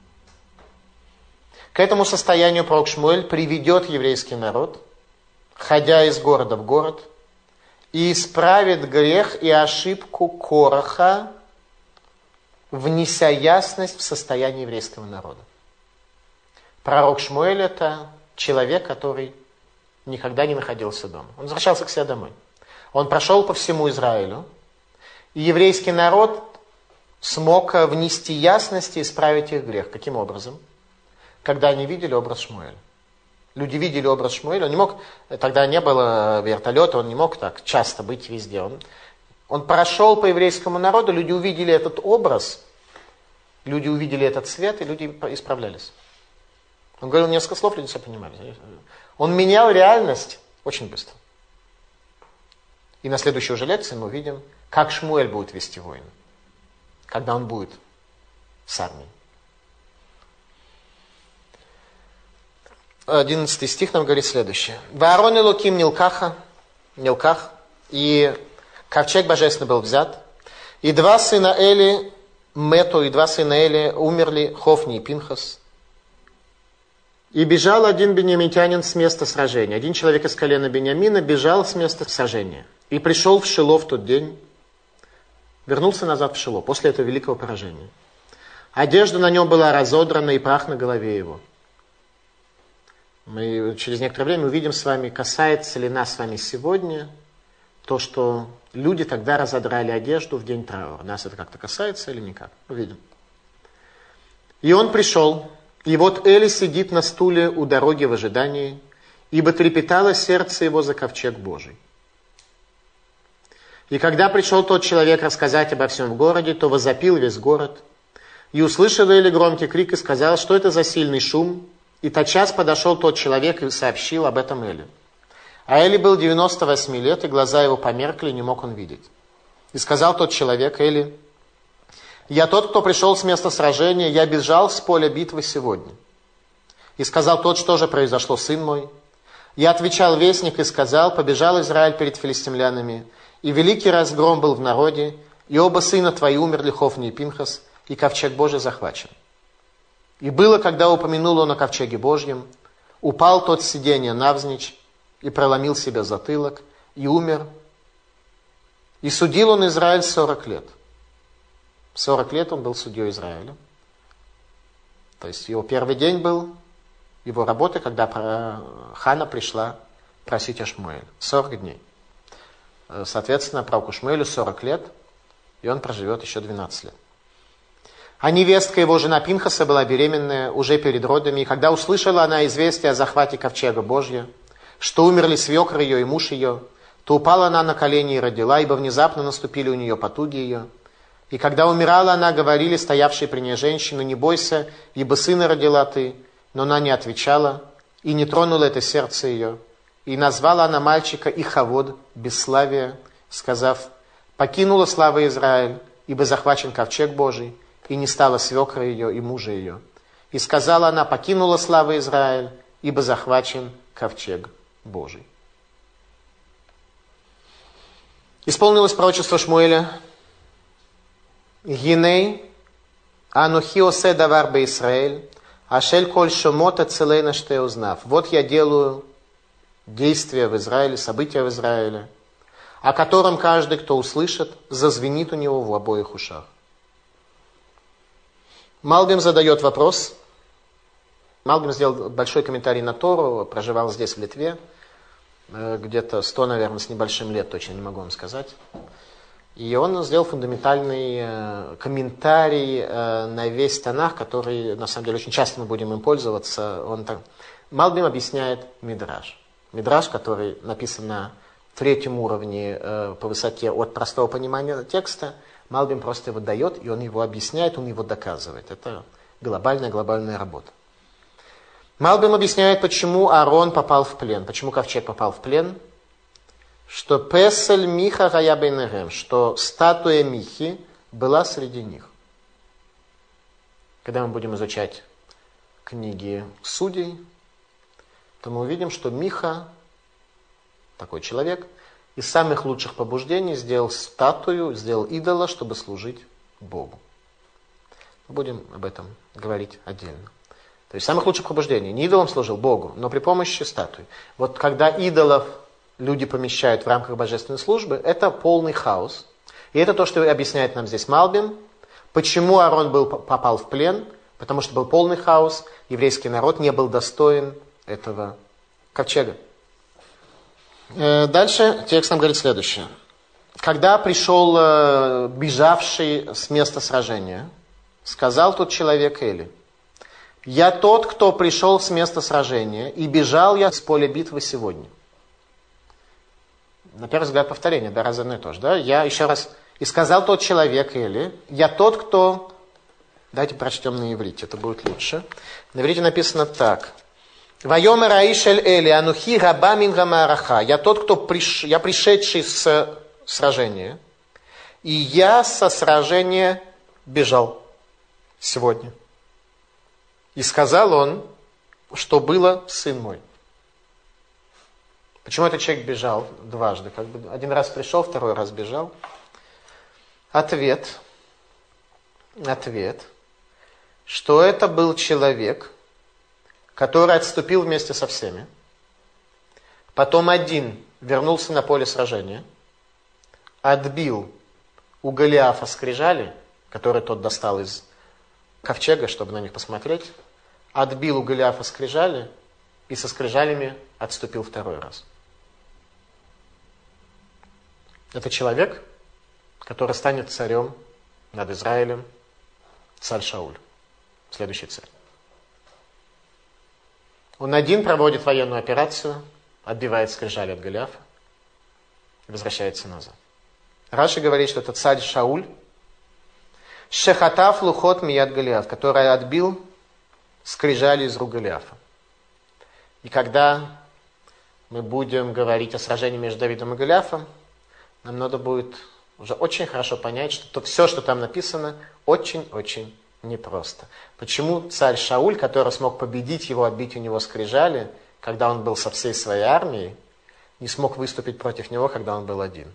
К этому состоянию пророк Шмуэль приведет еврейский народ, ходя из города в город, и исправит грех и ошибку Кораха, внеся ясность в состояние еврейского народа. Пророк Шмуэль – это человек, который никогда не находился дома. Он возвращался к себе домой. Он прошел по всему Израилю, и еврейский народ смог внести ясность и исправить их грех. Каким образом? Когда они видели образ Шмуэля. Люди видели образ Шмуэля, он не мог, тогда не было вертолета, он не мог так часто быть везде. Он, он прошел по еврейскому народу, люди увидели этот образ, люди увидели этот свет, и люди исправлялись. Он говорил несколько слов, люди все понимали. Он менял реальность очень быстро. И на следующей уже лекции мы увидим, как Шмуэль будет вести войны, когда он будет с армией. Одиннадцатый стих нам говорит следующее. «Ваарон элоким нилкаха, нилках, и ковчег божественный был взят, и два сына Эли Мету, и два сына Эли умерли, Хофни и Пинхас. И бежал один беньямитянин с места сражения. Один человек из колена Беньямина бежал с места сражения. И пришел в Шило в тот день, вернулся назад в Шило после этого великого поражения. Одежда на нем была разодрана, и прах на голове его». Мы через некоторое время увидим с вами, касается ли нас с вами сегодня то, что люди тогда разодрали одежду в день траура. Нас это как-то касается или никак? Увидим. «И он пришел, и вот Эли сидит на стуле у дороги в ожидании, ибо трепетало сердце его за ковчег Божий. И когда пришел тот человек рассказать обо всем в городе, то возопил весь город, и услышал Эли громкий крик и сказал, что это за сильный шум. И тотчас подошел тот человек и сообщил об этом Эли. А Эли был девяносто восемь лет, и глаза его померкли, и не мог он видеть. И сказал тот человек Эли: «Я тот, кто пришел с места сражения, я бежал с поля битвы сегодня». И сказал тот: «Что же произошло, сын мой?» Я отвечал вестник и сказал: «Побежал Израиль перед филистимлянами, и великий разгром был в народе, и оба сына твои умерли, Хофни и Пинхас, и ковчег Божий захвачен. И было, когда упомянул он о ковчеге Божьем, упал тот с сиденья навзничь, и проломил себе затылок, и умер. И судил он Израиль сорок лет». Сорок лет он был судьей Израиля. То есть его первый день был, его работа, когда Хана пришла просить о Шмуэле. сорок дней. Соответственно, пророку Шмуэлю сорок лет, и он проживет еще двенадцать лет. А невестка его, жена Пинхаса, была беременная уже перед родами, и когда услышала она известие о захвате ковчега Божьего, что умерли свекр ее и муж ее, то упала она на колени и родила, ибо внезапно наступили у нее потуги ее. И когда умирала она, говорили стоявшие при ней женщины: «Не бойся, ибо сына родила ты». Но она не отвечала, и не тронуло это сердце ее. И назвала она мальчика Ихавод, бесславие, сказав: «Покинула слава Израиль, ибо захвачен ковчег Божий». И не стала свекра ее и мужа ее. И сказала она: «Покинула слава Израиль, ибо захвачен ковчег Божий». Исполнилось пророчество Шмуэля: «Гиней анухи осе давар бе Исраэль, ашель коль шомота целейна ште узнав». Вот я делаю действия в Израиле, события в Израиле, о котором каждый, кто услышит, зазвенит у него в обоих ушах. Малбим задает вопрос. Малбим сделал большой комментарий на Тору, проживал здесь, в Литве, где-то сто, наверное, с небольшим лет, точно не могу вам сказать. И он сделал фундаментальный комментарий на весь Танах, который, на самом деле, очень часто мы будем им пользоваться. Он так... Малбим объясняет Мидраш. Мидраш, который написан на третьем уровне по высоте от простого понимания текста, Малбим просто его дает, и он его объясняет, он его доказывает. Это глобальная, глобальная работа. Малбим объясняет, почему Аарон попал в плен, почему ковчег попал в плен, что Песель Миха Гая Бейнерем, что статуя Михи была среди них. Когда мы будем изучать книги Судей, то мы увидим, что Миха, такой человек, из самых лучших побуждений сделал статую, сделал идола, чтобы служить Богу. Будем об этом говорить отдельно. То есть самых лучших побуждений. Не идолом служил Богу, но при помощи статуи. Вот когда идолов люди помещают в рамках божественной службы, это полный хаос. И это то, что объясняет нам здесь Малбим. Почему Аарон был, попал в плен? Потому что был полный хаос. Еврейский народ не был достоин этого ковчега. Дальше текст нам говорит следующее. Когда пришел бежавший с места сражения, сказал тот человек Эли: «Я тот, кто пришел с места сражения, и бежал я с поля битвы сегодня». На первый взгляд повторение, да, раз одно и то же. Да? Я еще раз. «И сказал тот человек Эли: я тот, кто Давайте прочтем на иврите, это будет лучше. На иврите написано так. «Вайомер аишель эли анухи раба мин гамаараха». Я тот, кто приш... я пришедший с сражения, и я со сражения бежал сегодня. И сказал он, что было сын мой. Почему этот человек бежал дважды? Как бы один раз пришел, второй раз бежал. Ответ. Ответ. Что это был человек, который отступил вместе со всеми. Потом один вернулся на поле сражения, отбил у Голиафа скрижали, которые тот достал из ковчега, чтобы на них посмотреть, отбил у Голиафа скрижали и со скрижалями отступил второй раз. Это человек, который станет царем над Израилем, царь Шауль. Следующий царь. Он один проводит военную операцию, отбивает скрижали от Голиафа и возвращается назад. Раши говорит, что это царь Шауль, шехатав лухот мияд Голиаф, который отбил скрижали из рук Голиафа. И когда мы будем говорить о сражении между Давидом и Голиафом, нам надо будет уже очень хорошо понять, что то, все, что там написано, очень-очень непросто. Почему царь Шауль, который смог победить его, отбить у него скрижали, когда он был со всей своей армией, не смог выступить против него, когда он был один?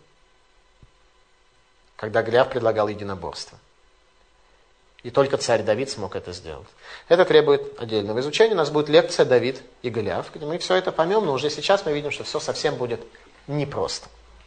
Когда Голиаф предлагал единоборство. И только царь Давид смог это сделать. Это требует отдельного изучения. У нас будет лекция «Давид и Голиаф», где мы все это поймем, но уже сейчас мы видим, что все совсем будет непросто.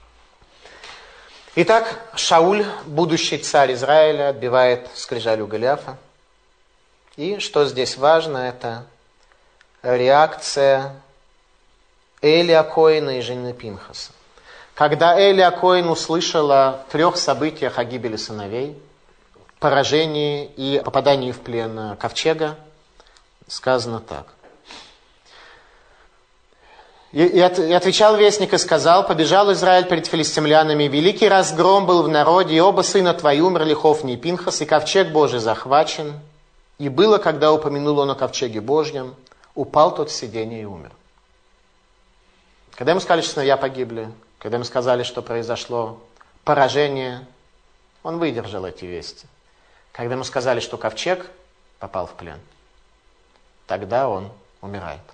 Итак, Шауль, будущий царь Израиля, отбивает скрижаль у Голиафа. И что здесь важно, это реакция Эли Акоина и жены Пинхаса. Когда Эли Акоин услышала о трех событиях о гибели сыновей, поражении и попадании в плен ковчега, сказано так. И, и, от, и отвечал вестник и сказал: побежал Израиль перед филистимлянами, великий разгром был в народе, и оба сына твои умерли, Хофни и Пинхас, и ковчег Божий захвачен. И было, когда упомянул он о ковчеге Божьем, упал тот с сиденья и умер. Когда ему сказали, что сыновья погибли, когда ему сказали, что произошло поражение, он выдержал эти вести. Когда ему сказали, что ковчег попал в плен, тогда он умирает.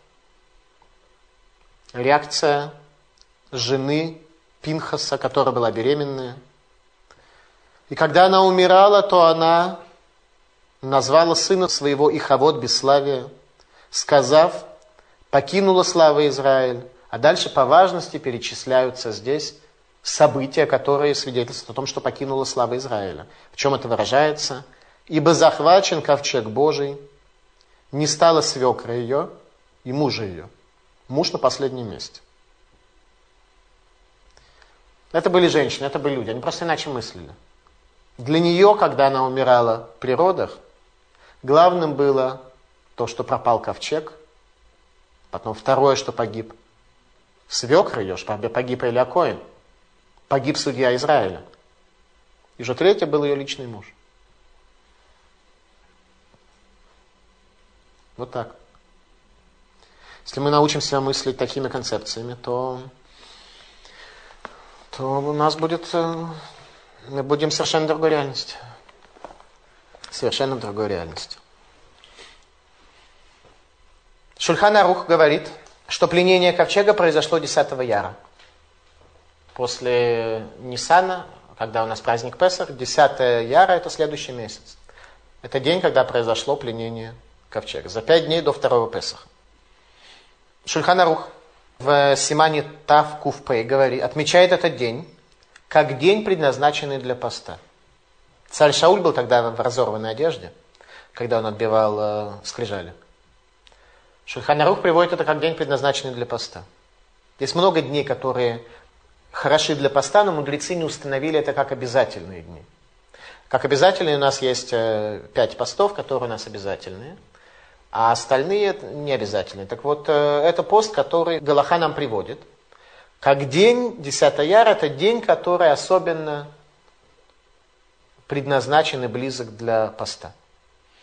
Реакция жены Пинхаса, которая была беременная. И когда она умирала, то она назвала сына своего Ихавот бесславие, сказав: покинула слава Израиль. А дальше по важности перечисляются здесь события, которые свидетельствуют о том, что покинула слава Израиля. В чем это выражается? Ибо захвачен ковчег Божий, не стало свекра ее и мужа ее. Муж на последнем месте. Это были женщины, это были люди, они просто иначе мыслили. Для нее, когда она умирала при родах, главным было то, что пропал ковчег, потом второе, что погиб свекр ее, что погиб Эли Акоин, погиб судья Израиля. И же третье был ее личный муж. Вот так. Если мы научимся мыслить такими концепциями, то, то у нас будет, мы будем совершенно другой реальности. Совершенно другой реальности. Шульхан Арух говорит, что пленение ковчега произошло десятого яра. После Ниссана, когда у нас праздник Песах, десятое яра это следующий месяц. Это день, когда произошло пленение ковчега. За пять дней до второго Песаха. Шульхан Арух в Симане Тав Кув Пей говорит, отмечает этот день как день, предназначенный для поста. Царь Шауль был тогда в разорванной одежде, когда он отбивал э, скрижали. Шульхан Арух приводит это как день, предназначенный для поста. Есть много дней, которые хороши для поста, но мудрецы не установили это как обязательные дни. Как обязательные у нас есть э, пять постов, которые у нас обязательные. А остальные не обязательные. Так вот, это пост, который Галаха нам приводит. Как день десятого яра, это день, который особенно предназначен и близок для поста.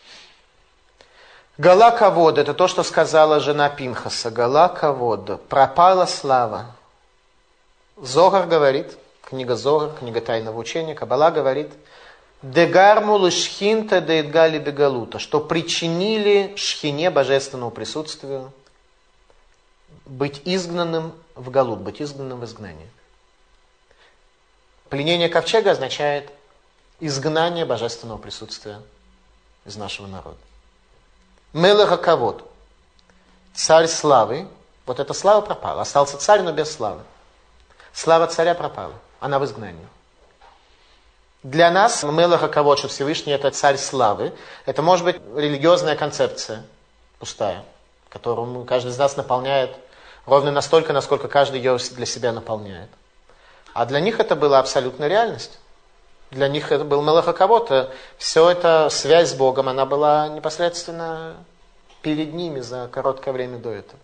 Гала кавод, это то, что сказала жена Пинхаса. Гала кавод, пропала слава. Зогар говорит, книга Зогар, книга Тайного учения, Каббала говорит, дегарму лишхинта деидгали бегалута, что причинили шхине, божественному присутствию, быть изгнанным в галут, быть изгнанным в изгнание. Пленение ковчега означает изгнание божественного присутствия из нашего народа. Мелеха кавод, царь славы, вот эта слава пропала, остался царь, но без славы. Слава царя пропала, она в изгнании. Для нас Мелеха кавод, что Всевышний это царь славы, это может быть религиозная концепция, пустая, которую каждый из нас наполняет ровно настолько, насколько каждый ее для себя наполняет. А для них это была абсолютная реальность. Для них это был Мелеха кавод. Все это связь с Богом, она была непосредственно перед ними за короткое время до этого.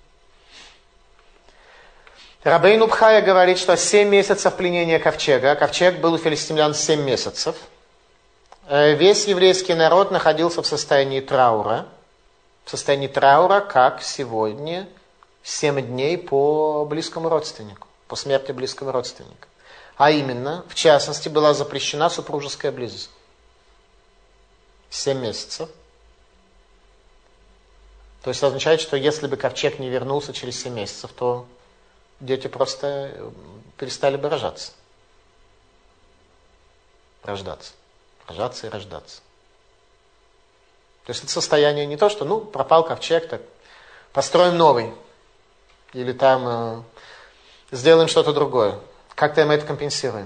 Рабейну Бхая говорит, что семь месяцев пленения ковчега. Ковчег был у филистимлян семь месяцев. Весь еврейский народ находился в состоянии траура. В состоянии траура, как сегодня, семь дней по близкому родственнику, по смерти близкого родственника. А именно, в частности, была запрещена супружеская близость. Семь месяцев. То есть означает, что если бы ковчег не вернулся через семь месяцев, то дети просто перестали бы рожаться. Рождаться. Рожаться и рождаться. То есть это состояние не то, что, ну, пропал ковчег, так построим новый. Или там э, сделаем что-то другое. Как-то мы это компенсируем.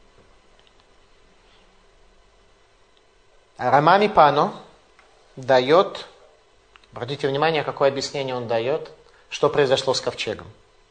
Рамами Пано дает, обратите внимание, какое объяснение он дает, что произошло с ковчегом.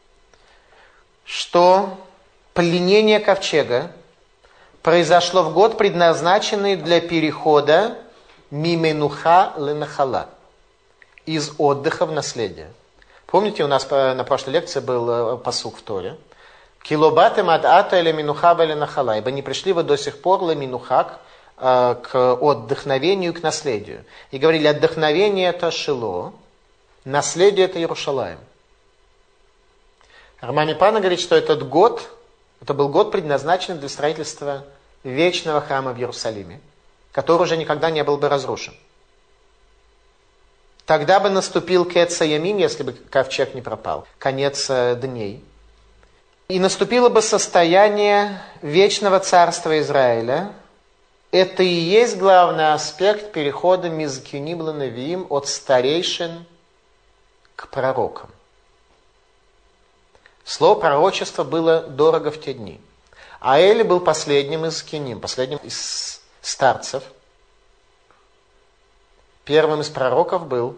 Что пленение ковчега произошло в год, предназначенный для перехода мименуха ленахала, из отдыха в наследие. Помните, у нас на прошлой лекции был пасук в Торе? Килобатем ад ата или минуха ленахала, ибо не пришли вы до сих пор ленахак к отдохновению, к наследию. И говорили, отдохновение это Шило, наследие это Иерушалаим. Рамами Пано говорит, что этот год, это был год, предназначен для строительства вечного храма в Иерусалиме, который уже никогда не был бы разрушен. Тогда бы наступил кец ямим, если бы ковчег не пропал, конец дней. И наступило бы состояние вечного царства Израиля. Это и есть главный аспект перехода мизкюним ланавиим от старейшин к пророкам. Слово пророчество было дорого в те дни. А Эли был последним из кеним, последним из старцев. Первым из пророков был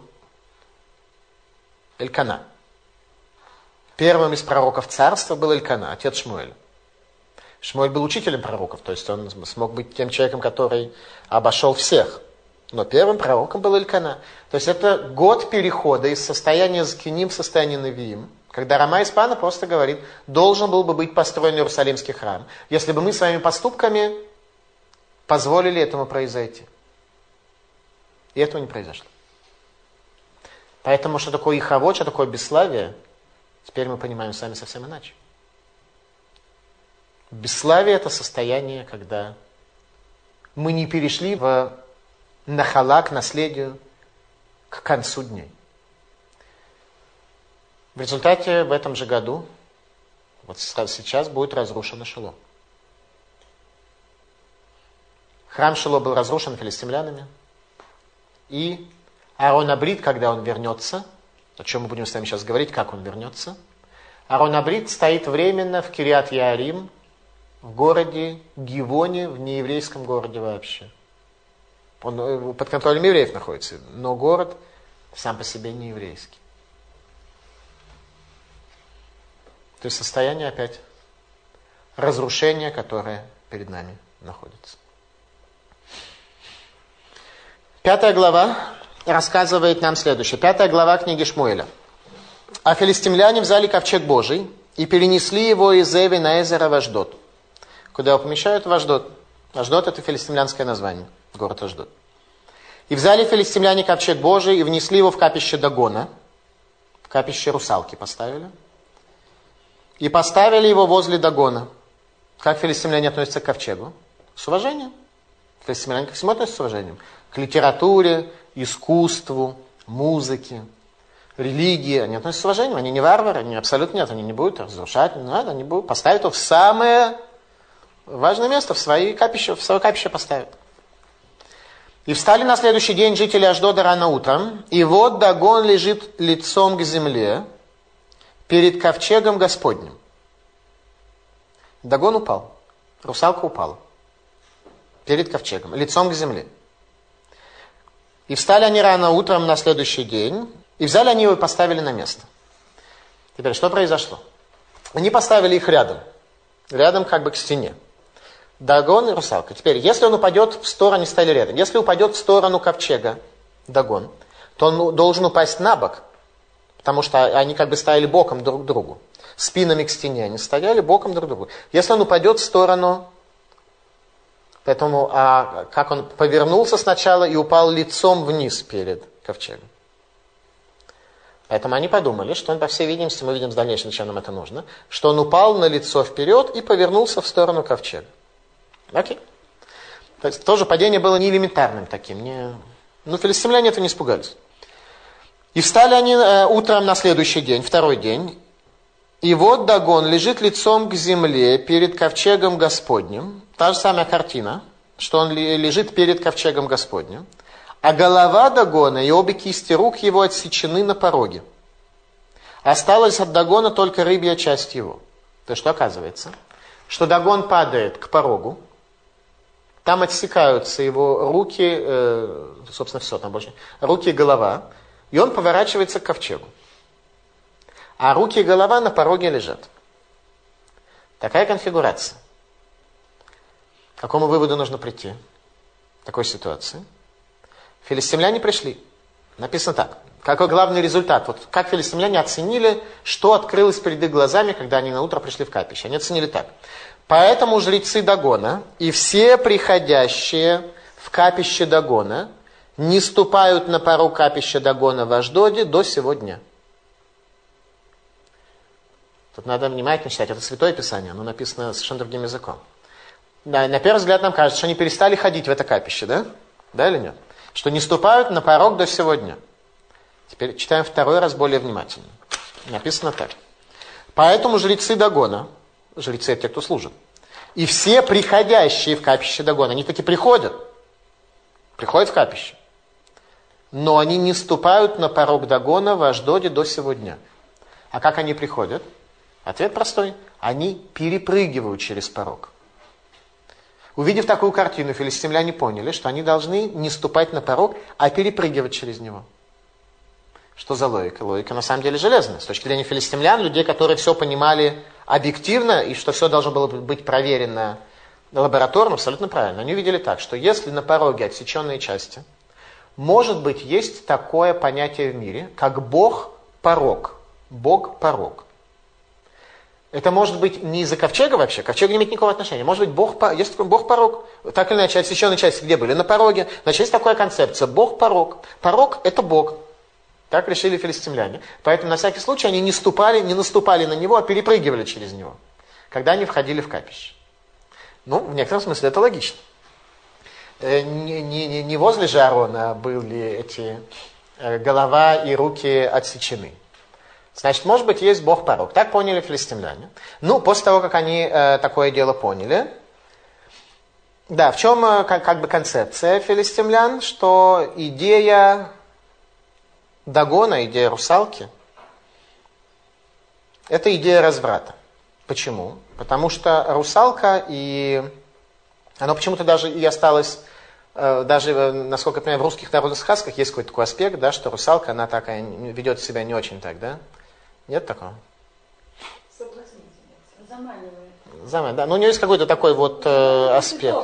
Элькана. Первым из пророков царства был Элькана, отец Шмуэля. Шмуэль был учителем пророков, то есть он смог быть тем человеком, который обошел всех. Но первым пророком был Элькана. То есть это год перехода из состояния Закиним в состояние Навиим, когда Рама Испана просто говорит, должен был бы быть построен Иерусалимский храм, если бы мы своими поступками позволили этому произойти. И этого не произошло. Поэтому, что такое ихавод, что такое бесславие, теперь мы понимаем сами совсем иначе. Бесславие – это состояние, когда мы не перешли в нахала, к наследию, к концу дней. В результате в этом же году, вот сейчас, будет разрушено Шило. Храм Шило был разрушен филистимлянами. И Аарон Абрит, когда он вернется, о чем мы будем с вами сейчас говорить, как он вернется, Аарон Абрит стоит временно в Кирьят-Яарим, в городе Гивоне, в нееврейском городе вообще. Он под контролем евреев находится, но город сам по себе не еврейский. То есть состояние опять разрушения, которое перед нами находится. Пятая глава рассказывает нам следующее. Пятая глава книги Шмуэля. А филистимляне взяли ковчег Божий и перенесли его из Эвен-Эзера в Ашдод. Куда его помещают? В Ашдод. Ашдод – это филистимлянское название, город Ашдод. И взяли филистимляне ковчег Божий и внесли его в капище Дагона. В капище русалки поставили. И поставили его возле Дагона. Как филистимляне относятся к ковчегу? С уважением. Филистимляне ко всему относятся с уважением. К литературе, искусству, музыке, религии. Они относятся с уважением. Они не варвары, они абсолютно нет. Они не будут разрушать, не надо. Они будут поставить его в самое важное место, в свои капище, в свое капище поставят. И встали на следующий день жители Ашдода рано утром, и вот Дагон лежит лицом к земле перед ковчегом Господним. Дагон упал, русалка упала перед ковчегом, лицом к земле. И встали они рано утром на следующий день, и взяли они его и поставили на место. Теперь, что произошло? Они поставили их рядом, рядом как бы к стене. Дагон и русалка. Теперь, если он упадет в сторону, они стояли рядом, если упадет в сторону ковчега Дагон, то он должен упасть на бок, потому что они как бы стояли боком друг к другу. Спинами к стене они стояли боком друг к другу. Если он упадет в сторону, поэтому а, как он повернулся сначала и упал лицом вниз перед ковчегом. Поэтому они подумали, что он, по всей видимости, мы видим в дальнейшем, зачем нам это нужно, что он упал на лицо вперед и повернулся в сторону ковчега. Окей. То есть тоже падение было не элементарным таким. Не... Ну, филистимляне это не испугались. И встали они э, утром на следующий день, второй день. И вот Дагон лежит лицом к земле перед ковчегом Господним. Та же самая картина, что он лежит перед ковчегом Господним. А голова Дагона и обе кисти рук его отсечены на пороге. Осталась от Дагона только рыбья часть его. То есть что оказывается? Что Дагон падает к порогу. Там отсекаются его руки, э, собственно, все там больше, руки и голова, и он поворачивается к ковчегу. А руки и голова на пороге лежат. Такая конфигурация. К какому выводу нужно прийти в такой ситуации? Филистимляне пришли. Написано так. Какой главный результат? Вот как филистимляне оценили, что открылось перед их глазами, когда они на утро пришли в капище. Они оценили так. Поэтому жрецы Дагона и все приходящие в капище Дагона не ступают на порог капища Дагона в Ашдоде до сего дня. Тут надо внимательно читать. Это Святое Писание, оно написано совершенно другим языком. Да, на первый взгляд нам кажется, что они перестали ходить в это капище, да? Да или нет? Что не ступают на порог до сего дня. Теперь читаем второй раз более внимательно. Написано так. Поэтому жрецы Дагона, жрецы это те, кто служит, и все приходящие в капище Дагона, они таки приходят, приходят в капище, но они не ступают на порог Дагона в Ашдоде до сего дня. А как они приходят? Ответ простой. Они перепрыгивают через порог. Увидев такую картину, филистимляне поняли, что они должны не ступать на порог, а перепрыгивать через него. Что за логика? Логика на самом деле железная. С точки зрения филистимлян, людей, которые все понимали объективно, и что все должно было быть проверено лабораторно, абсолютно правильно. Они увидели так, что если на пороге отсеченные части, может быть, есть такое понятие в мире, как Бог-порог. Бог-порог. Это может быть не из-за ковчега вообще, ковчег не имеет никакого отношения. Может быть, Бог, есть такой Бог-порог. Так или иначе, отсеченные части где были? На пороге. Значит, есть такая концепция. Бог-порог. Порог – это Бог. Так решили филистимляне. Поэтому на всякий случай они не ступали, не наступали на него, а перепрыгивали через него, когда они входили в капище. Ну, в некотором смысле это логично. Не, не, не возле же Аарона были эти голова и руки отсечены. Значит, может быть, есть Бог-порог. Так поняли филистимляне. Ну, после того, как они э, такое дело поняли, да, в чем э, как, как бы концепция филистимлян, что идея Дагона, идея русалки, это идея разврата. Почему? Потому что русалка, и она почему-то даже и осталась, э, даже, насколько я понимаю, в русских народных сказках есть какой-то такой аспект, да, что русалка, она такая, ведет себя не очень так, да? Нет такого? Заманивает. Заманивает, да. Ну, у нее есть какой-то такой вот э, аспект.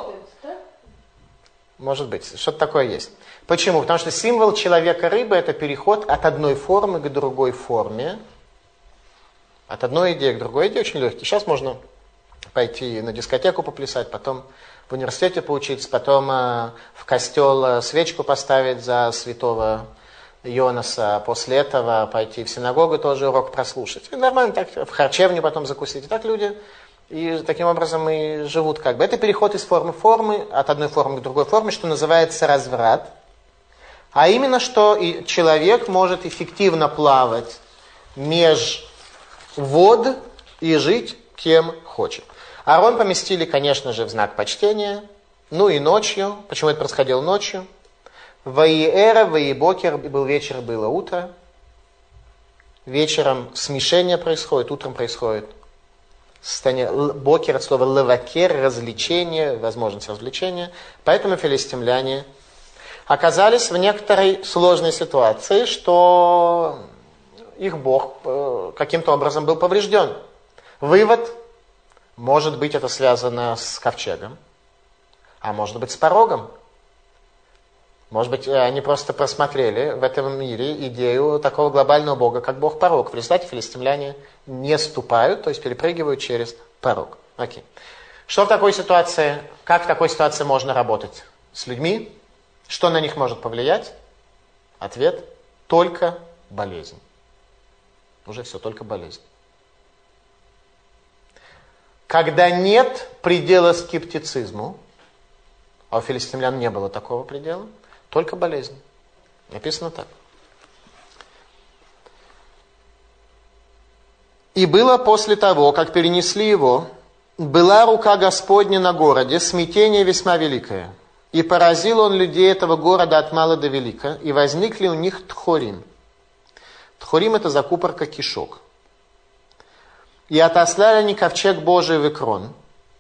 Может быть, что-то такое есть. Почему? Потому что символ человека-рыбы – это переход от одной формы к другой форме. От одной идеи к другой идее очень легкий. Сейчас можно пойти на дискотеку поплясать, потом в университете поучиться, потом в костел свечку поставить за святого Йонаса, а после этого пойти в синагогу тоже урок прослушать. И нормально так, в харчевню потом закусить. И так люди и таким образом и живут как бы. Это переход из формы в формы, от одной формы к другой форме, что называется разврат. А именно, что и человек может эффективно плавать меж вод и жить кем хочет. Аарон поместили, конечно же, в знак почтения, ну и ночью. Почему это происходило ночью? Ваиэра, ваибокер, был вечер, было утро. Вечером смешение происходит, утром происходит состояние бокер, от слова левакер, развлечение, возможность развлечения. Поэтому филистимляне оказались в некоторой сложной ситуации, что их бог каким-то образом был поврежден. Вывод, может быть, это связано с ковчегом, а может быть, с порогом. Может быть, они просто просмотрели в этом мире идею такого глобального бога, как бог-порог. В результате филистимляне не ступают, то есть перепрыгивают через порог. Окей. Что в такой ситуации, как в такой ситуации можно работать с людьми? Что на них может повлиять? Ответ – только болезнь. Уже все, только болезнь. Когда нет предела скептицизму, а у филистимлян не было такого предела, только болезнь. Написано так. И было после того, как перенесли его, была рука Господня на городе, смятение весьма великое. И поразил он людей этого города от мала до велика, и возникли у них тхорим. Тхорим – это закупорка кишок. И отослали они ковчег Божий в Экрон.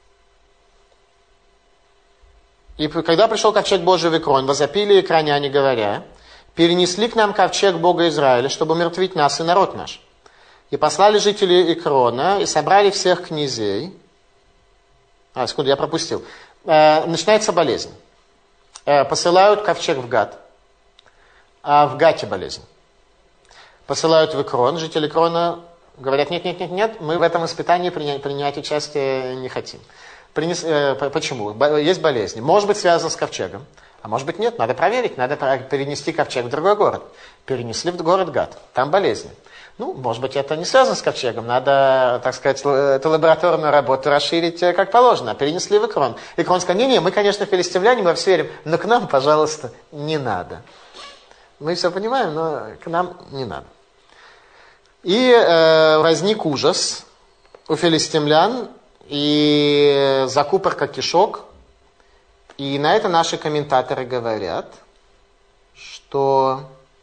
И когда пришел ковчег Божий в Экрон, возопили экроняне, говоря: перенесли к нам ковчег Бога Израиля, чтобы умертвить нас и народ наш. И послали жители Экрона, и собрали всех князей. А, секунду, я пропустил. Э, начинается болезнь. Э, посылают ковчег в Гат. А в Гате болезнь. Посылают в Экрон. Жители Экрона говорят: нет, нет, нет, нет, мы в этом испытании принять, принять участие не хотим. Принес, э, почему? Есть болезни. Может быть, связано с ковчегом. А может быть, нет. Надо проверить. Надо перенести ковчег в другой город. Перенесли в город Гат. Там болезни. Ну, может быть, это не связано с ковчегом. Надо, так сказать, эту лабораторную работу расширить как положено. Перенесли в Экрон. Экрон сказал: не-не, мы, конечно, филистимляне, мы все верим, но к нам, пожалуйста, не надо. Мы все понимаем, но к нам не надо. И э, возник ужас у филистимлян, и закупорка кишок. И на это наши комментаторы говорят, что...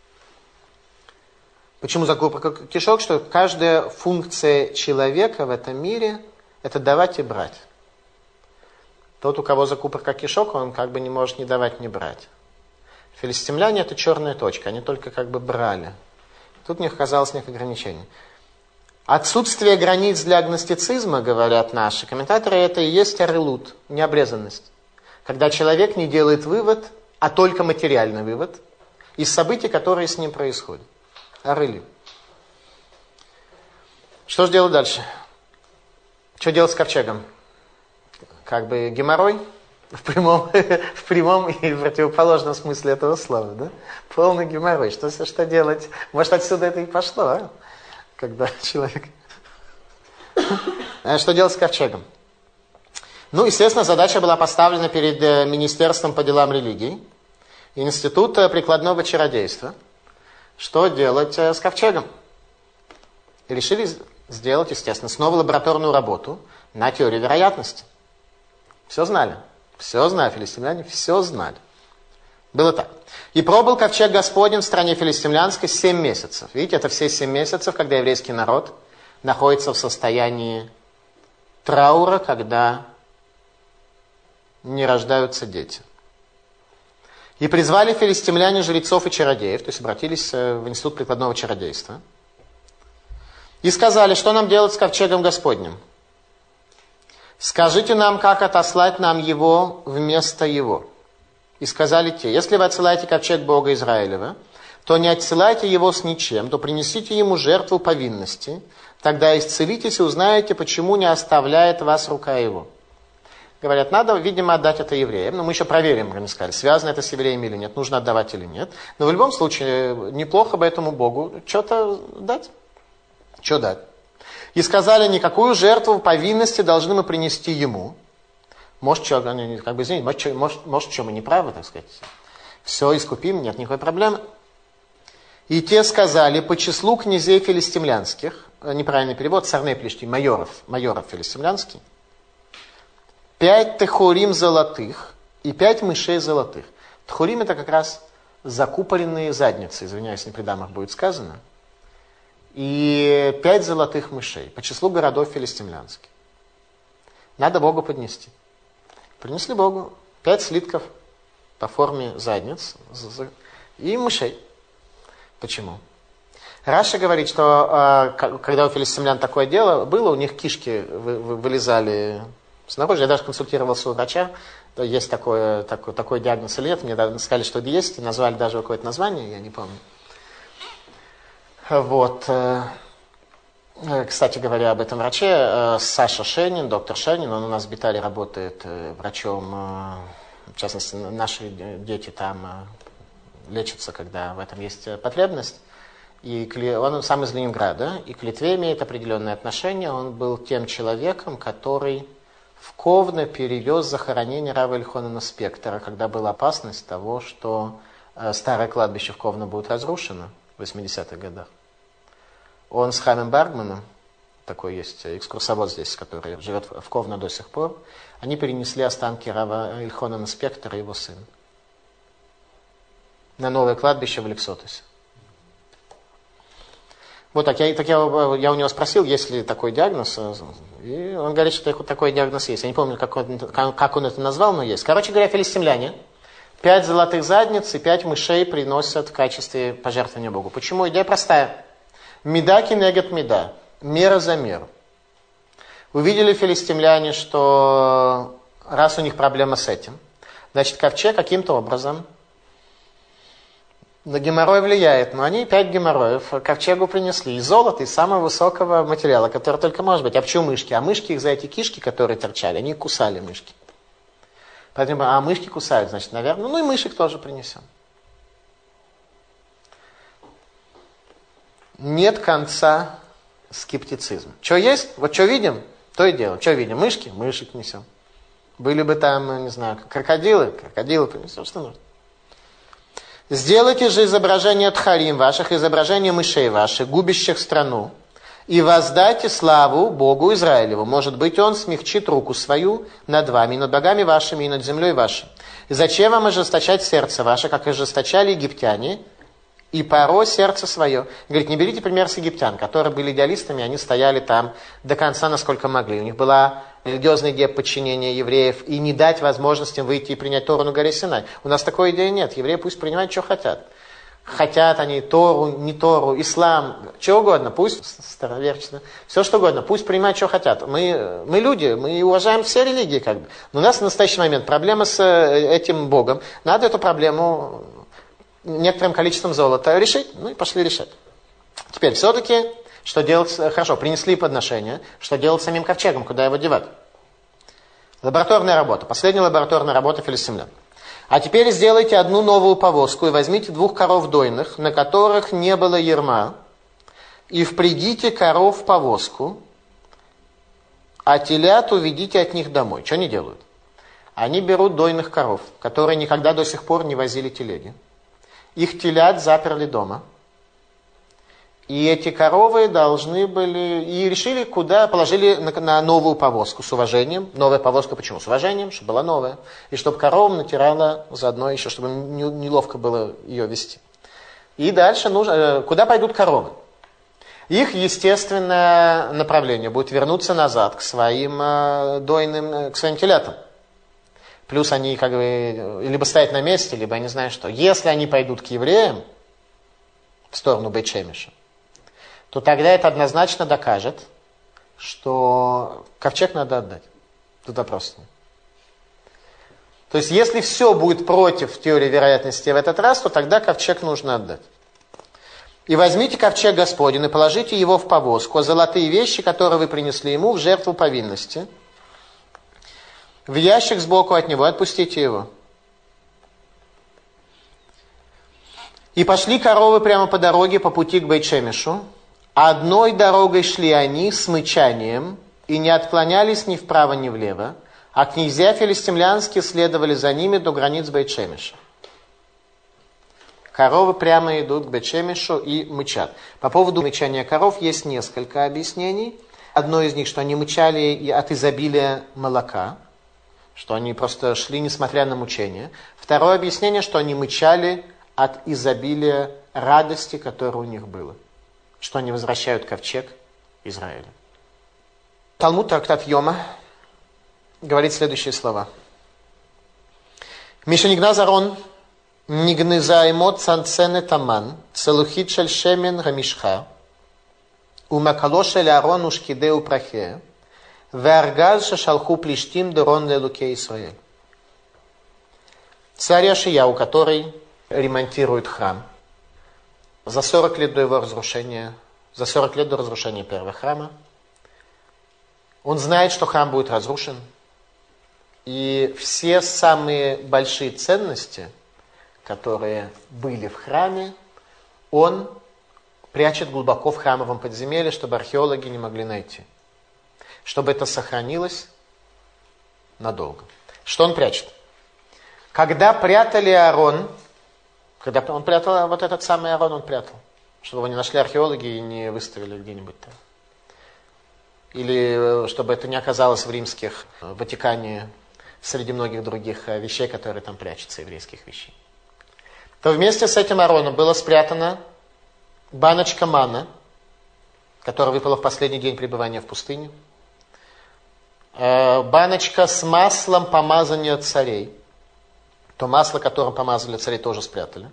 Почему закупорка кишок? Что каждая функция человека в этом мире – это давать и брать. Тот, у кого закупорка кишок, он как бы не может ни давать, ни брать. Филистимляне – это черная точка, они только как бы брали. Тут у них оказалось некое ограничение. Отсутствие границ для агностицизма, говорят наши комментаторы, это и есть арелут, необрезанность. Когда человек не делает вывод, а только материальный вывод, из событий, которые с ним происходят. Арели. Что же делать дальше? Что делать с ковчегом? Как бы геморрой? В прямом, в прямом и противоположном смысле этого слова, да? Полный геморрой. Что, что делать? Может, отсюда это и пошло, а? Когда человек... А что делать с ковчегом? Ну, естественно, задача была поставлена перед Министерством по делам религий, Институт прикладного чародейства. Что делать с ковчегом? И решили сделать, естественно, снова лабораторную работу на теорию вероятности. Все знали. Все знали, филистимляне, все знали. Было так. И пробыл ковчег Господень в стране филистимлянской семь месяцев. Видите, это все семь месяцев, когда еврейский народ находится в состоянии траура, когда не рождаются дети. И призвали филистимляне жрецов и чародеев, то есть обратились в Институт прикладного чародейства. И сказали: что нам делать с ковчегом Господним? Скажите нам, как отослать нам его вместо его. И сказали те: если вы отсылаете ковчег Бога Израилева, то не отсылайте его с ничем, то принесите ему жертву повинности, Тогда исцелитесь и узнаете, почему не оставляет вас рука его. Говорят, надо, видимо, отдать это евреям. Но мы еще проверим, как мы сказали, связано это с евреями или нет, нужно отдавать или нет. Но в любом случае, неплохо бы этому Богу что-то дать. Что дать? И сказали, никакую жертву повинности должны мы принести ему. Может, что, как бы, извините, может, что, может, может, что мы не правы, так сказать. Все искупим, нет никакой проблемы. И те сказали, по числу князей филистимлянских, неправильный перевод, сарней плешти, майоров, майоров филистимлянских, пять тхорим золотых и пять мышей золотых. Тхорим это как раз закупоренные задницы, извиняюсь, не при дамах будет сказано. И пять золотых мышей по числу городов филистимлянских. Надо Богу поднести. Принесли Богу пять слитков по форме задниц и мышей. Почему? Раша говорит, что э, когда у филистимлян такое дело было, у них кишки вы, вы, вылезали снаружи. Я даже консультировался у врача, есть такое, такой, такой диагноз или нет. Мне сказали, что это есть, и назвали даже какое-то название, я не помню. Вот. Кстати говоря, об этом враче, Саша Шенин, доктор Шенин, он у нас в Битале работает врачом, в частности, наши дети там лечатся, когда в этом есть потребность. И он сам из Ленинграда, и к Литве имеет определенное отношение. Он был тем человеком, который в Ковно перевез захоронение рава Эльхонена Спектора, когда была опасность того, что старое кладбище в Ковно будет разрушено в восьмидесятых годах. Он с Хамем Баргманом, такой есть экскурсовод здесь, который живет в Ковно до сих пор, они перенесли останки рава Эльхонена Спектора и его сына на новое кладбище в Лексотосе. Вот так, я, так я, я у него спросил, есть ли такой диагноз, и он говорит, что такой диагноз есть. Я не помню, как он, как он это назвал, но есть. Короче говоря, филистимляне пять золотых задниц и пять мышей приносят в качестве пожертвования Богу. Почему? Идея простая. Меда кинегет меда. Мера за меру. Увидели филистимляне, что раз у них проблема с этим, значит, ковчег каким-то образом на геморрой влияет. Но они пять геморроев ковчегу принесли. И золото, из самого высокого материала, который только может быть. А почему мышки? А мышки их за эти кишки, которые торчали, они кусали мышки. Поэтому, а мышки кусают, значит, наверное. Ну и мышек тоже принесем. Нет конца скептицизма. Что есть? Вот что видим, то и делаем. Что видим? Мышки? Мышек несем. Были бы там, не знаю, крокодилы? Крокодилы принесем. Что нужно? Сделайте же изображение тхарим ваших, изображение мышей ваших, губящих страну, и воздайте славу Богу Израилеву. Может быть, Он смягчит руку свою над вами, над богами вашими и над землей вашей. И зачем вам ожесточать сердце ваше, как ожесточали египтяне, и поро сердце свое? Говорит, не берите пример с египтян, которые были идеалистами, они стояли там до конца, насколько могли. У них была религиозная идея подчинения евреев и не дать возможности им выйти и принять Тору на горе Синай. У нас такой идеи нет. Евреи пусть принимают, что хотят. Хотят они Тору, не Тору, ислам, что угодно, пусть, староверчество, все что угодно, пусть принимают, что хотят. Мы, мы люди, мы уважаем все религии, как бы. Но у нас в настоящий момент проблема с этим Богом. Надо эту проблему некоторым количеством золота решить, ну и пошли решать. Теперь все-таки, что делать, хорошо, принесли подношение, что делать с самим ковчегом, куда его девать? Лабораторная работа, последняя лабораторная работа филистимлян. А теперь сделайте одну новую повозку и возьмите двух коров дойных, на которых не было ярма, и впрягите коров в повозку, а телят уведите от них домой. Что они делают? Они берут дойных коров, которые никогда до сих пор не возили телеги. Их телят заперли дома. И эти коровы должны были... И решили, куда положили на, на новую повозку с уважением. Новая повозка почему? С уважением, чтобы была новая. И чтобы коровам натирала заодно еще, чтобы не, неловко было ее вести. И дальше нужно... Куда пойдут коровы? Их естественное направление будет вернуться назад к своим дойным, к своим телятам. Плюс они как бы либо стоят на месте, либо я не знаю что. Если они пойдут к евреям, в сторону Бейт-Шемеша, то тогда это однозначно докажет, что ковчег надо отдать. Тут вопрос нет. То есть, если все будет против теории вероятности в этот раз, то тогда ковчег нужно отдать. И возьмите ковчег Господень и положите его в повозку, а золотые вещи, которые вы принесли ему, в жертву повинности, в ящик сбоку от него, отпустите его. И пошли коровы прямо по дороге, по пути к Бейт-Шемешу. Одной дорогой шли они с мычанием, и не отклонялись ни вправо, ни влево, а князья филистимлянские следовали за ними до границ Бейт-Шемеша. Коровы прямо идут к Бейт-Шемешу и мычат. По поводу мычания коров есть несколько объяснений. Одно из них, что они мычали от изобилия молока, что они просто шли, несмотря на мучение. Второе объяснение, что они мычали от изобилия радости, которое у них было, что они возвращают ковчег Израиля. Талмуд трактат Йома говорит следующие слова. Мишенигназ Арон нигнеза эмот цанцене таман целухит шель шемен рамишха умакало шель Арон ушкиде упрахе веаргаз шашалху плиштим дорон лелуке Исраэль. Царь Ашияу, который ремонтирует храм, за сорок лет до его разрушения, за сорок лет до разрушения первого храма, он знает, что храм будет разрушен, и все самые большие ценности, которые были в храме, он прячет глубоко в храмовом подземелье, чтобы археологи не могли найти. Чтобы это сохранилось надолго. Что он прячет? Когда прятали Аарон, когда он прятал, вот этот самый Аарон он прятал, чтобы его не нашли археологи и не выставили где-нибудь там. Или чтобы это не оказалось в римских, в Ватикане, среди многих других вещей, которые там прячутся, еврейских вещей. То вместе с этим Аароном была спрятана баночка манна, которая выпала в последний день пребывания в пустыне. Баночка с маслом помазания царей. То масло, которым помазали царей, тоже спрятали.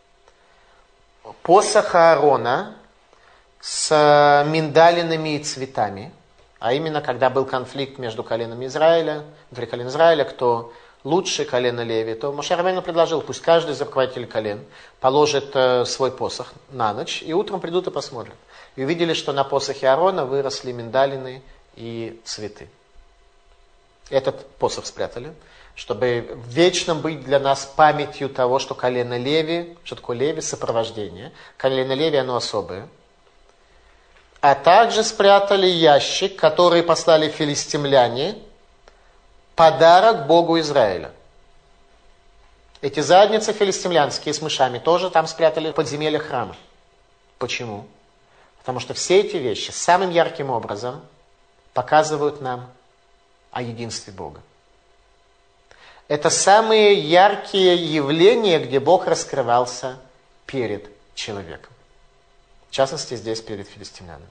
Посох Аарона с миндалинами и цветами. А именно, когда был конфликт между коленами Израиля, три колена Израиля, кто лучше колено Леви, то Моше Рабейну предложил, пусть каждый из руководителей колен положит э, свой посох на ночь, и утром придут и посмотрят. И увидели, что на посохе Аарона выросли миндалины и цветы. Этот посох спрятали, чтобы вечно быть для нас памятью того, что колено Леви, что такое Леви, сопровождение. Колено Леви, оно особое. А также спрятали ящик, который послали филистимляне, подарок Богу Израиля. Эти задницы филистимлянские с мышами тоже там спрятали в подземелье храма. Почему? Потому что все эти вещи самым ярким образом показывают нам о единстве Бога. Это самые яркие явления, где Бог раскрывался перед человеком. В частности, здесь перед филистимлянами.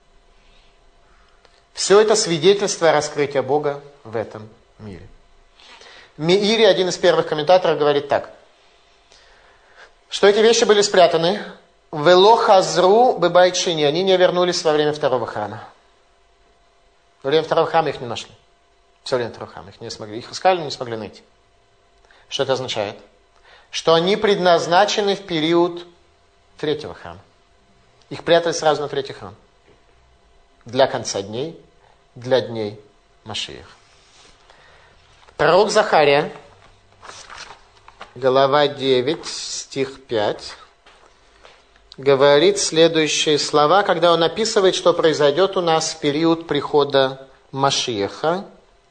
Все это свидетельство раскрытия Бога в этом мире. Меири, один из первых комментаторов, говорит так, что эти вещи были спрятаны «Вело хазру бебайчини», они не вернулись во время второго храма. Во время второго храма их не нашли. Все время второго храма их не смогли. Их искали, но не смогли найти. Что это означает? Что они предназначены в период третьего храма. Их прятали сразу на третий храм. Для конца дней, для дней Машиаха. Пророк Захария, глава девять, стих пять, говорит следующие слова, когда он описывает, что произойдет у нас в период прихода Машиаха.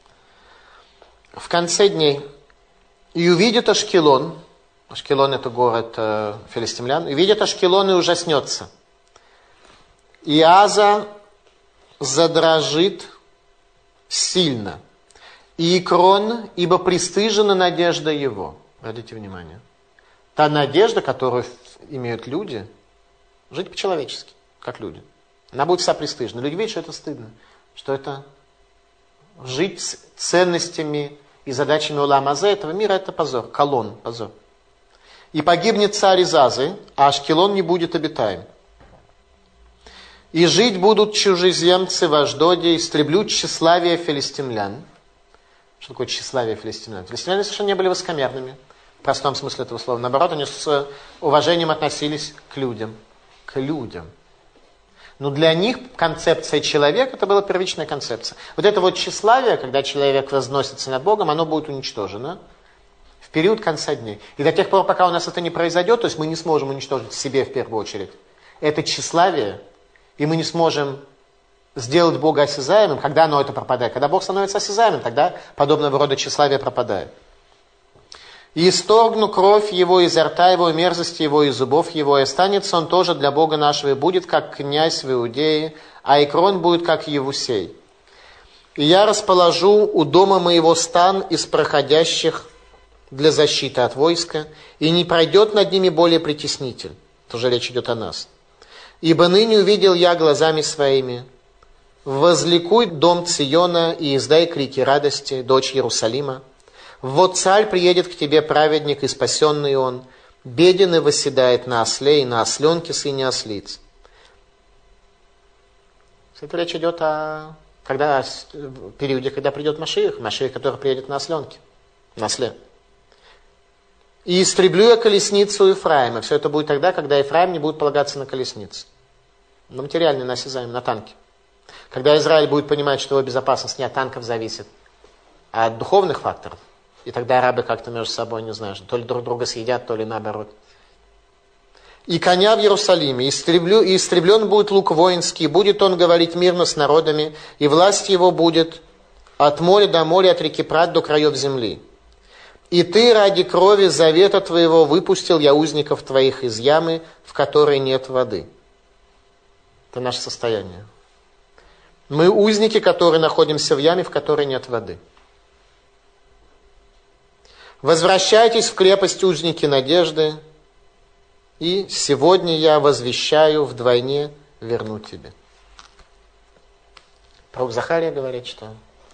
В конце дней. «И увидит Ашкелон», Ашкелон это город э, филистимлян, «и видит Ашкелон и ужаснется. И Аза задрожит сильно. И Икрон, ибо пристыжена надежда его». Обратите внимание. Та надежда, которую имеют люди, жить по-человечески, как люди. Она будет вся пристыжена. Люди видят, что это стыдно. Что это жить с ценностями и задачами улам Азе этого мира, это позор. Колон, позор. «И погибнет царь из Азы, а Ашкелон не будет обитаем. И жить будут чужеземцы в Ашдоде, истреблют тщеславие филистимлян». Что такое тщеславие филистимлян? Филистимляне совершенно не были высокомерными, в простом смысле этого слова. Наоборот, они с уважением относились к людям, к к людям. Но для них концепция человека, это была первичная концепция. Вот это вот тщеславие, когда человек возносится над Богом, оно будет уничтожено в период конца дней. И до тех пор, пока у нас это не произойдет, то есть мы не сможем уничтожить себе в первую очередь это тщеславие, и мы не сможем сделать Бога осязаемым, когда оно это пропадает. Когда Бог становится осязаемым, тогда подобного рода тщеславие пропадает. «И исторгну кровь его изо рта его, и мерзости его, и зубов его, и останется он тоже для Бога нашего, и будет, как князь в Иудее, а Экрон будет, как Евусей. И я расположу у дома моего стан из проходящих для защиты от войска, и не пройдет над ними более притеснитель». Тоже речь идет о нас. «Ибо ныне увидел я глазами своими, возликуй дом Циона, и издай крики радости, дочь Иерусалима. Вот царь приедет к тебе, праведник, и спасенный он, беден и восседает на осле, и на осленке сыне ослиц». Это речь идет о когда, в периоде, когда придет Машиах, Машиах, который приедет на осленке, на осле. «И истреблю я колесницу Ефраима». Все это будет тогда, когда Ефраим не будет полагаться на колесницы. На материальный, на осязаемый, на танки. Когда Израиль будет понимать, что его безопасность не от танков зависит, а от духовных факторов. И тогда арабы как-то между собой, не знаю, то ли друг друга съедят, то ли наоборот. «И коня в Иерусалиме, истреблю, и истреблен будет лук воинский, будет он говорить мирно с народами, и власть его будет от моря до моря, от реки Прат до краев земли. И ты ради крови завета твоего выпустил я узников твоих из ямы, в которой нет воды». Это наше состояние. Мы узники, которые находимся в яме, в которой нет воды. «Возвращайтесь в крепость, узники надежды, и сегодня я возвещаю вдвойне верну тебе». Пророк Захария говорит, что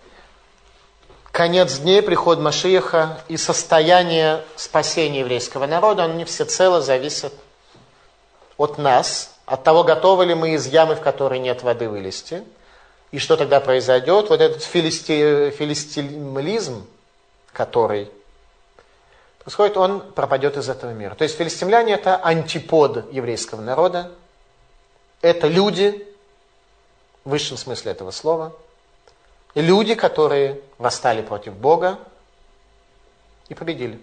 конец дней, приход Машиаха и состояние спасения еврейского народа, он не всецело зависит от нас, от того, готовы ли мы из ямы, в которой нет воды, вылезти. И что тогда произойдет? Вот этот филисти... филистимлизм, который происходит, он пропадет из этого мира. То есть филистимляне — это антипод еврейского народа. Это люди, в высшем смысле этого слова, люди, которые восстали против Бога и победили.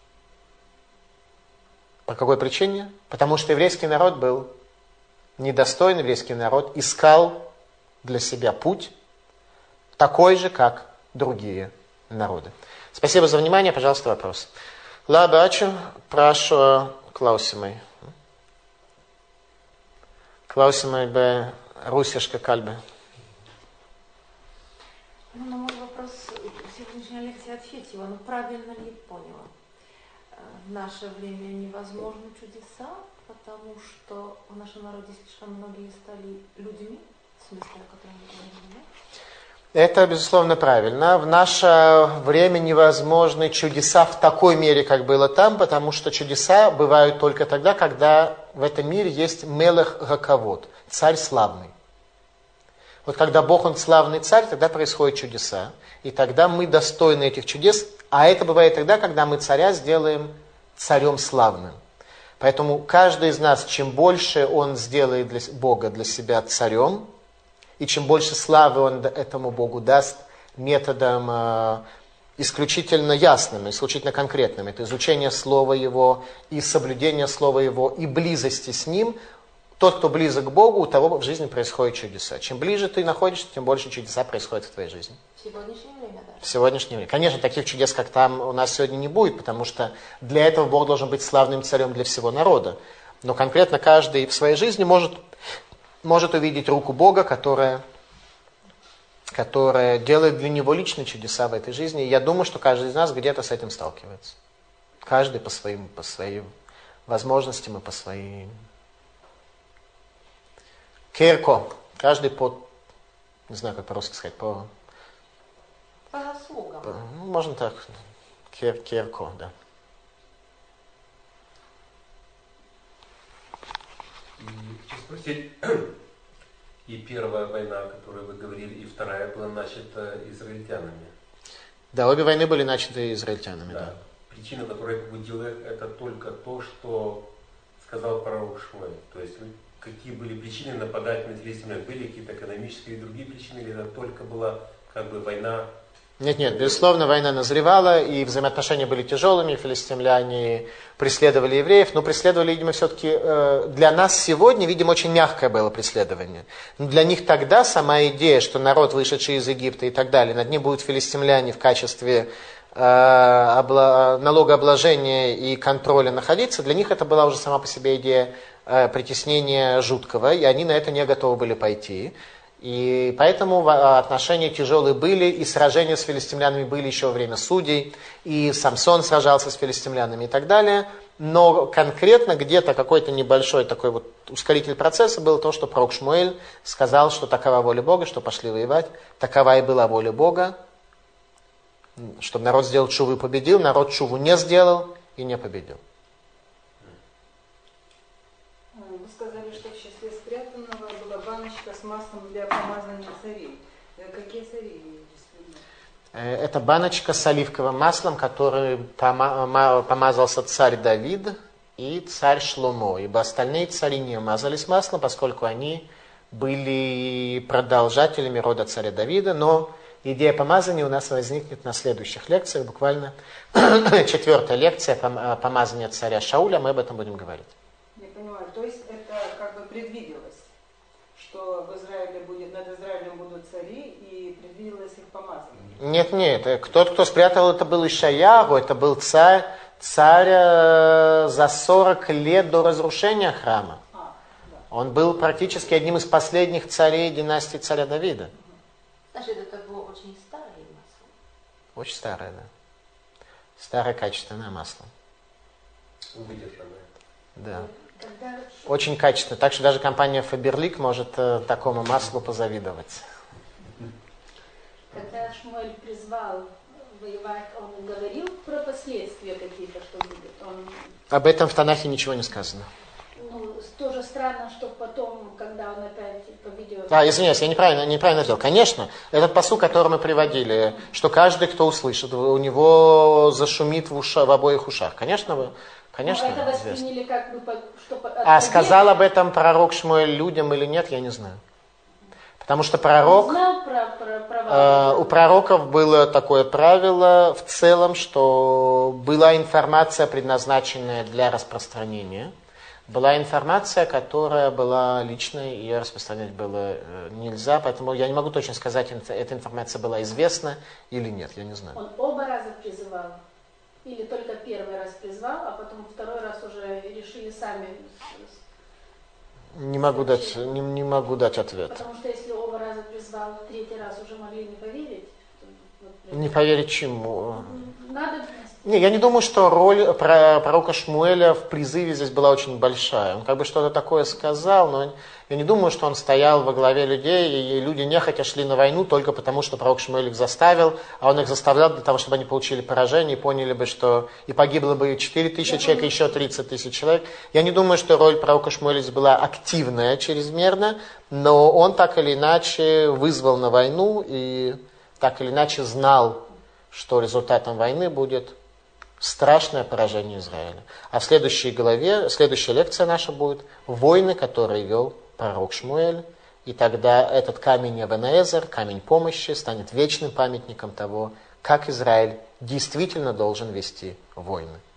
По какой причине? Потому что еврейский народ был недостойный, еврейский народ искал для себя путь такой же, как другие народы. Спасибо за внимание. Пожалуйста, вопрос. Лабачу, прошу, клаусимай. Клаусимай бе русишка кальбе. Ну, на мой вопрос сегодняшняя лекция от Фетьева, ну правильно ли поняла? В наше время невозможны чудеса, потому что в нашем народе слишком многие стали людьми, в смысле, о котором мы говорили, да? Это, безусловно, правильно. В наше время невозможны чудеса в такой мере, как было там, потому что чудеса бывают только тогда, когда в этом мире есть мелех гаковод, царь славный. Вот когда Бог, он славный царь, тогда происходят чудеса. И тогда мы достойны этих чудес. А это бывает тогда, когда мы царя сделаем царем славным. Поэтому каждый из нас, чем больше он сделает для Бога для себя царем, и чем больше славы он этому Богу даст методом э, исключительно ясным, исключительно конкретным, это изучение Слова Его, и соблюдение Слова Его, и близости с Ним, тот, кто близок к Богу, у того в жизни происходят чудеса. Чем ближе ты находишься, тем больше чудеса происходят в твоей жизни. В сегодняшнее время даже? В сегодняшнее время. Конечно, таких чудес, как там, у нас сегодня не будет, потому что для этого Бог должен быть славным царем для всего народа. Но конкретно каждый в своей жизни может, может увидеть руку Бога, которая, которая делает для него личные чудеса в этой жизни. И я думаю, что каждый из нас где-то с этим сталкивается. Каждый по своим, по своим возможностям и по своим... Керко. Каждый по, не знаю, как по-русски сказать, по... По заслугам. По, ну, можно так. Кер, керко, да. И хочу спросить, и первая война, о которой вы говорили, и вторая была начата израильтянами. Да, обе войны были начаты израильтянами, да. Да. Причина, которая побудила, это только то, что сказал пророк Шмуэль. То есть вы какие были причины нападать на филистимлян? Были какие-то экономические и другие причины, или это только была как бы война? Нет, нет, безусловно, война назревала, и взаимоотношения были тяжелыми, филистимляне преследовали евреев, но преследовали, видимо, все-таки э, для нас сегодня, видимо, очень мягкое было преследование. Но для них тогда сама идея, что народ, вышедший из Египта и так далее, над ним будут филистимляне в качестве э, обла- налогообложения и контроля находиться, для них это была уже сама по себе идея э, притеснения жуткого, и они на это не готовы были пойти. И поэтому отношения тяжелые были, и сражения с филистимлянами были еще во время судей, и Самсон сражался с филистимлянами и так далее. Но конкретно где-то какой-то небольшой такой вот ускоритель процесса был то, что пророк Шмуэль сказал, что такова воля Бога, что пошли воевать. Такова и была воля Бога, чтобы народ сделал чуву и победил. Народ чуву не сделал и не победил. Вы сказали, что в числе спрятанного была баночка с маслом для помазания царей. Какие цари имеетесь в виду? Это баночка с оливковым маслом, которым помазался царь Давид и царь Шломо. Ибо остальные цари не мазались маслом, поскольку они были продолжателями рода царя Давида. Но идея помазания у нас возникнет на следующих лекциях. Буквально четвертая лекция помазания царя Шауля. Мы об этом будем говорить. Я понимаю. То есть это как бы предвиделось, что в Израиле будет, над Израилем будут цари, и предвиделось их помазание. Нет, нет, тот, кто спрятал, это был Ишаяху, это был царь, царь за сорок лет до разрушения храма. А, да. Он был практически одним из последних царей династии царя Давида. Значит, это было очень старое масло. Очень старое, да. Старое качественное масло. Выдержанное. Да. Когда... Очень качественное. Так что даже компания Faberlic может э, такому маслу позавидовать. Когда Шмуэль призвал воевать, он говорил про последствия какие-то, что будет? Он, Об этом в Танахе ничего не сказано. ну, тоже странно, что потом, когда он опять поведет... А, извиняюсь, я неправильно, неправильно сделал. Конечно, этот пасук, который мы приводили, что каждый, кто услышит, у него зашумит в, уша, в обоих ушах. Конечно, вы, конечно. Но это известно. восприняли как бы, что... А сказал об этом пророк Шмуэль людям или нет, я не знаю. Потому что пророк... Он знал про, про, про э, у пророков было такое правило в целом, что была информация, предназначенная для распространения. Была информация, которая была личной, ее распространять было э, нельзя. Поэтому я не могу точно сказать, эта информация была известна или нет, я не знаю. Он оба раза призывал? Или только первый раз призвал, а потом второй раз уже решили сами? Не могу дать, не, не могу дать ответ. Потому что если оба раза призвал, третий раз уже могли не поверить. Вот, Не поверить чему? Надо... Не, я не думаю, что роль пророка Шмуэля в призыве здесь была очень большая. Он как бы что-то такое сказал, но я не думаю, что он стоял во главе людей, и люди нехотя шли на войну только потому, что пророк Шмуэль их заставил, а он их заставлял для того, чтобы они получили поражение и поняли бы, что и погибло бы четыре тысячи человек, и еще тридцать тысяч человек. Я не думаю, что роль пророка Шмуэля здесь была активная чрезмерно, но он так или иначе вызвал на войну и так или иначе знал, что результатом войны будет страшное поражение Израиля. А в следующей главе, следующая лекция наша будет войны, которые вел пророк Шмуэль. И тогда этот камень Эбен-Эзер, камень помощи, станет вечным памятником того, как Израиль действительно должен вести войны.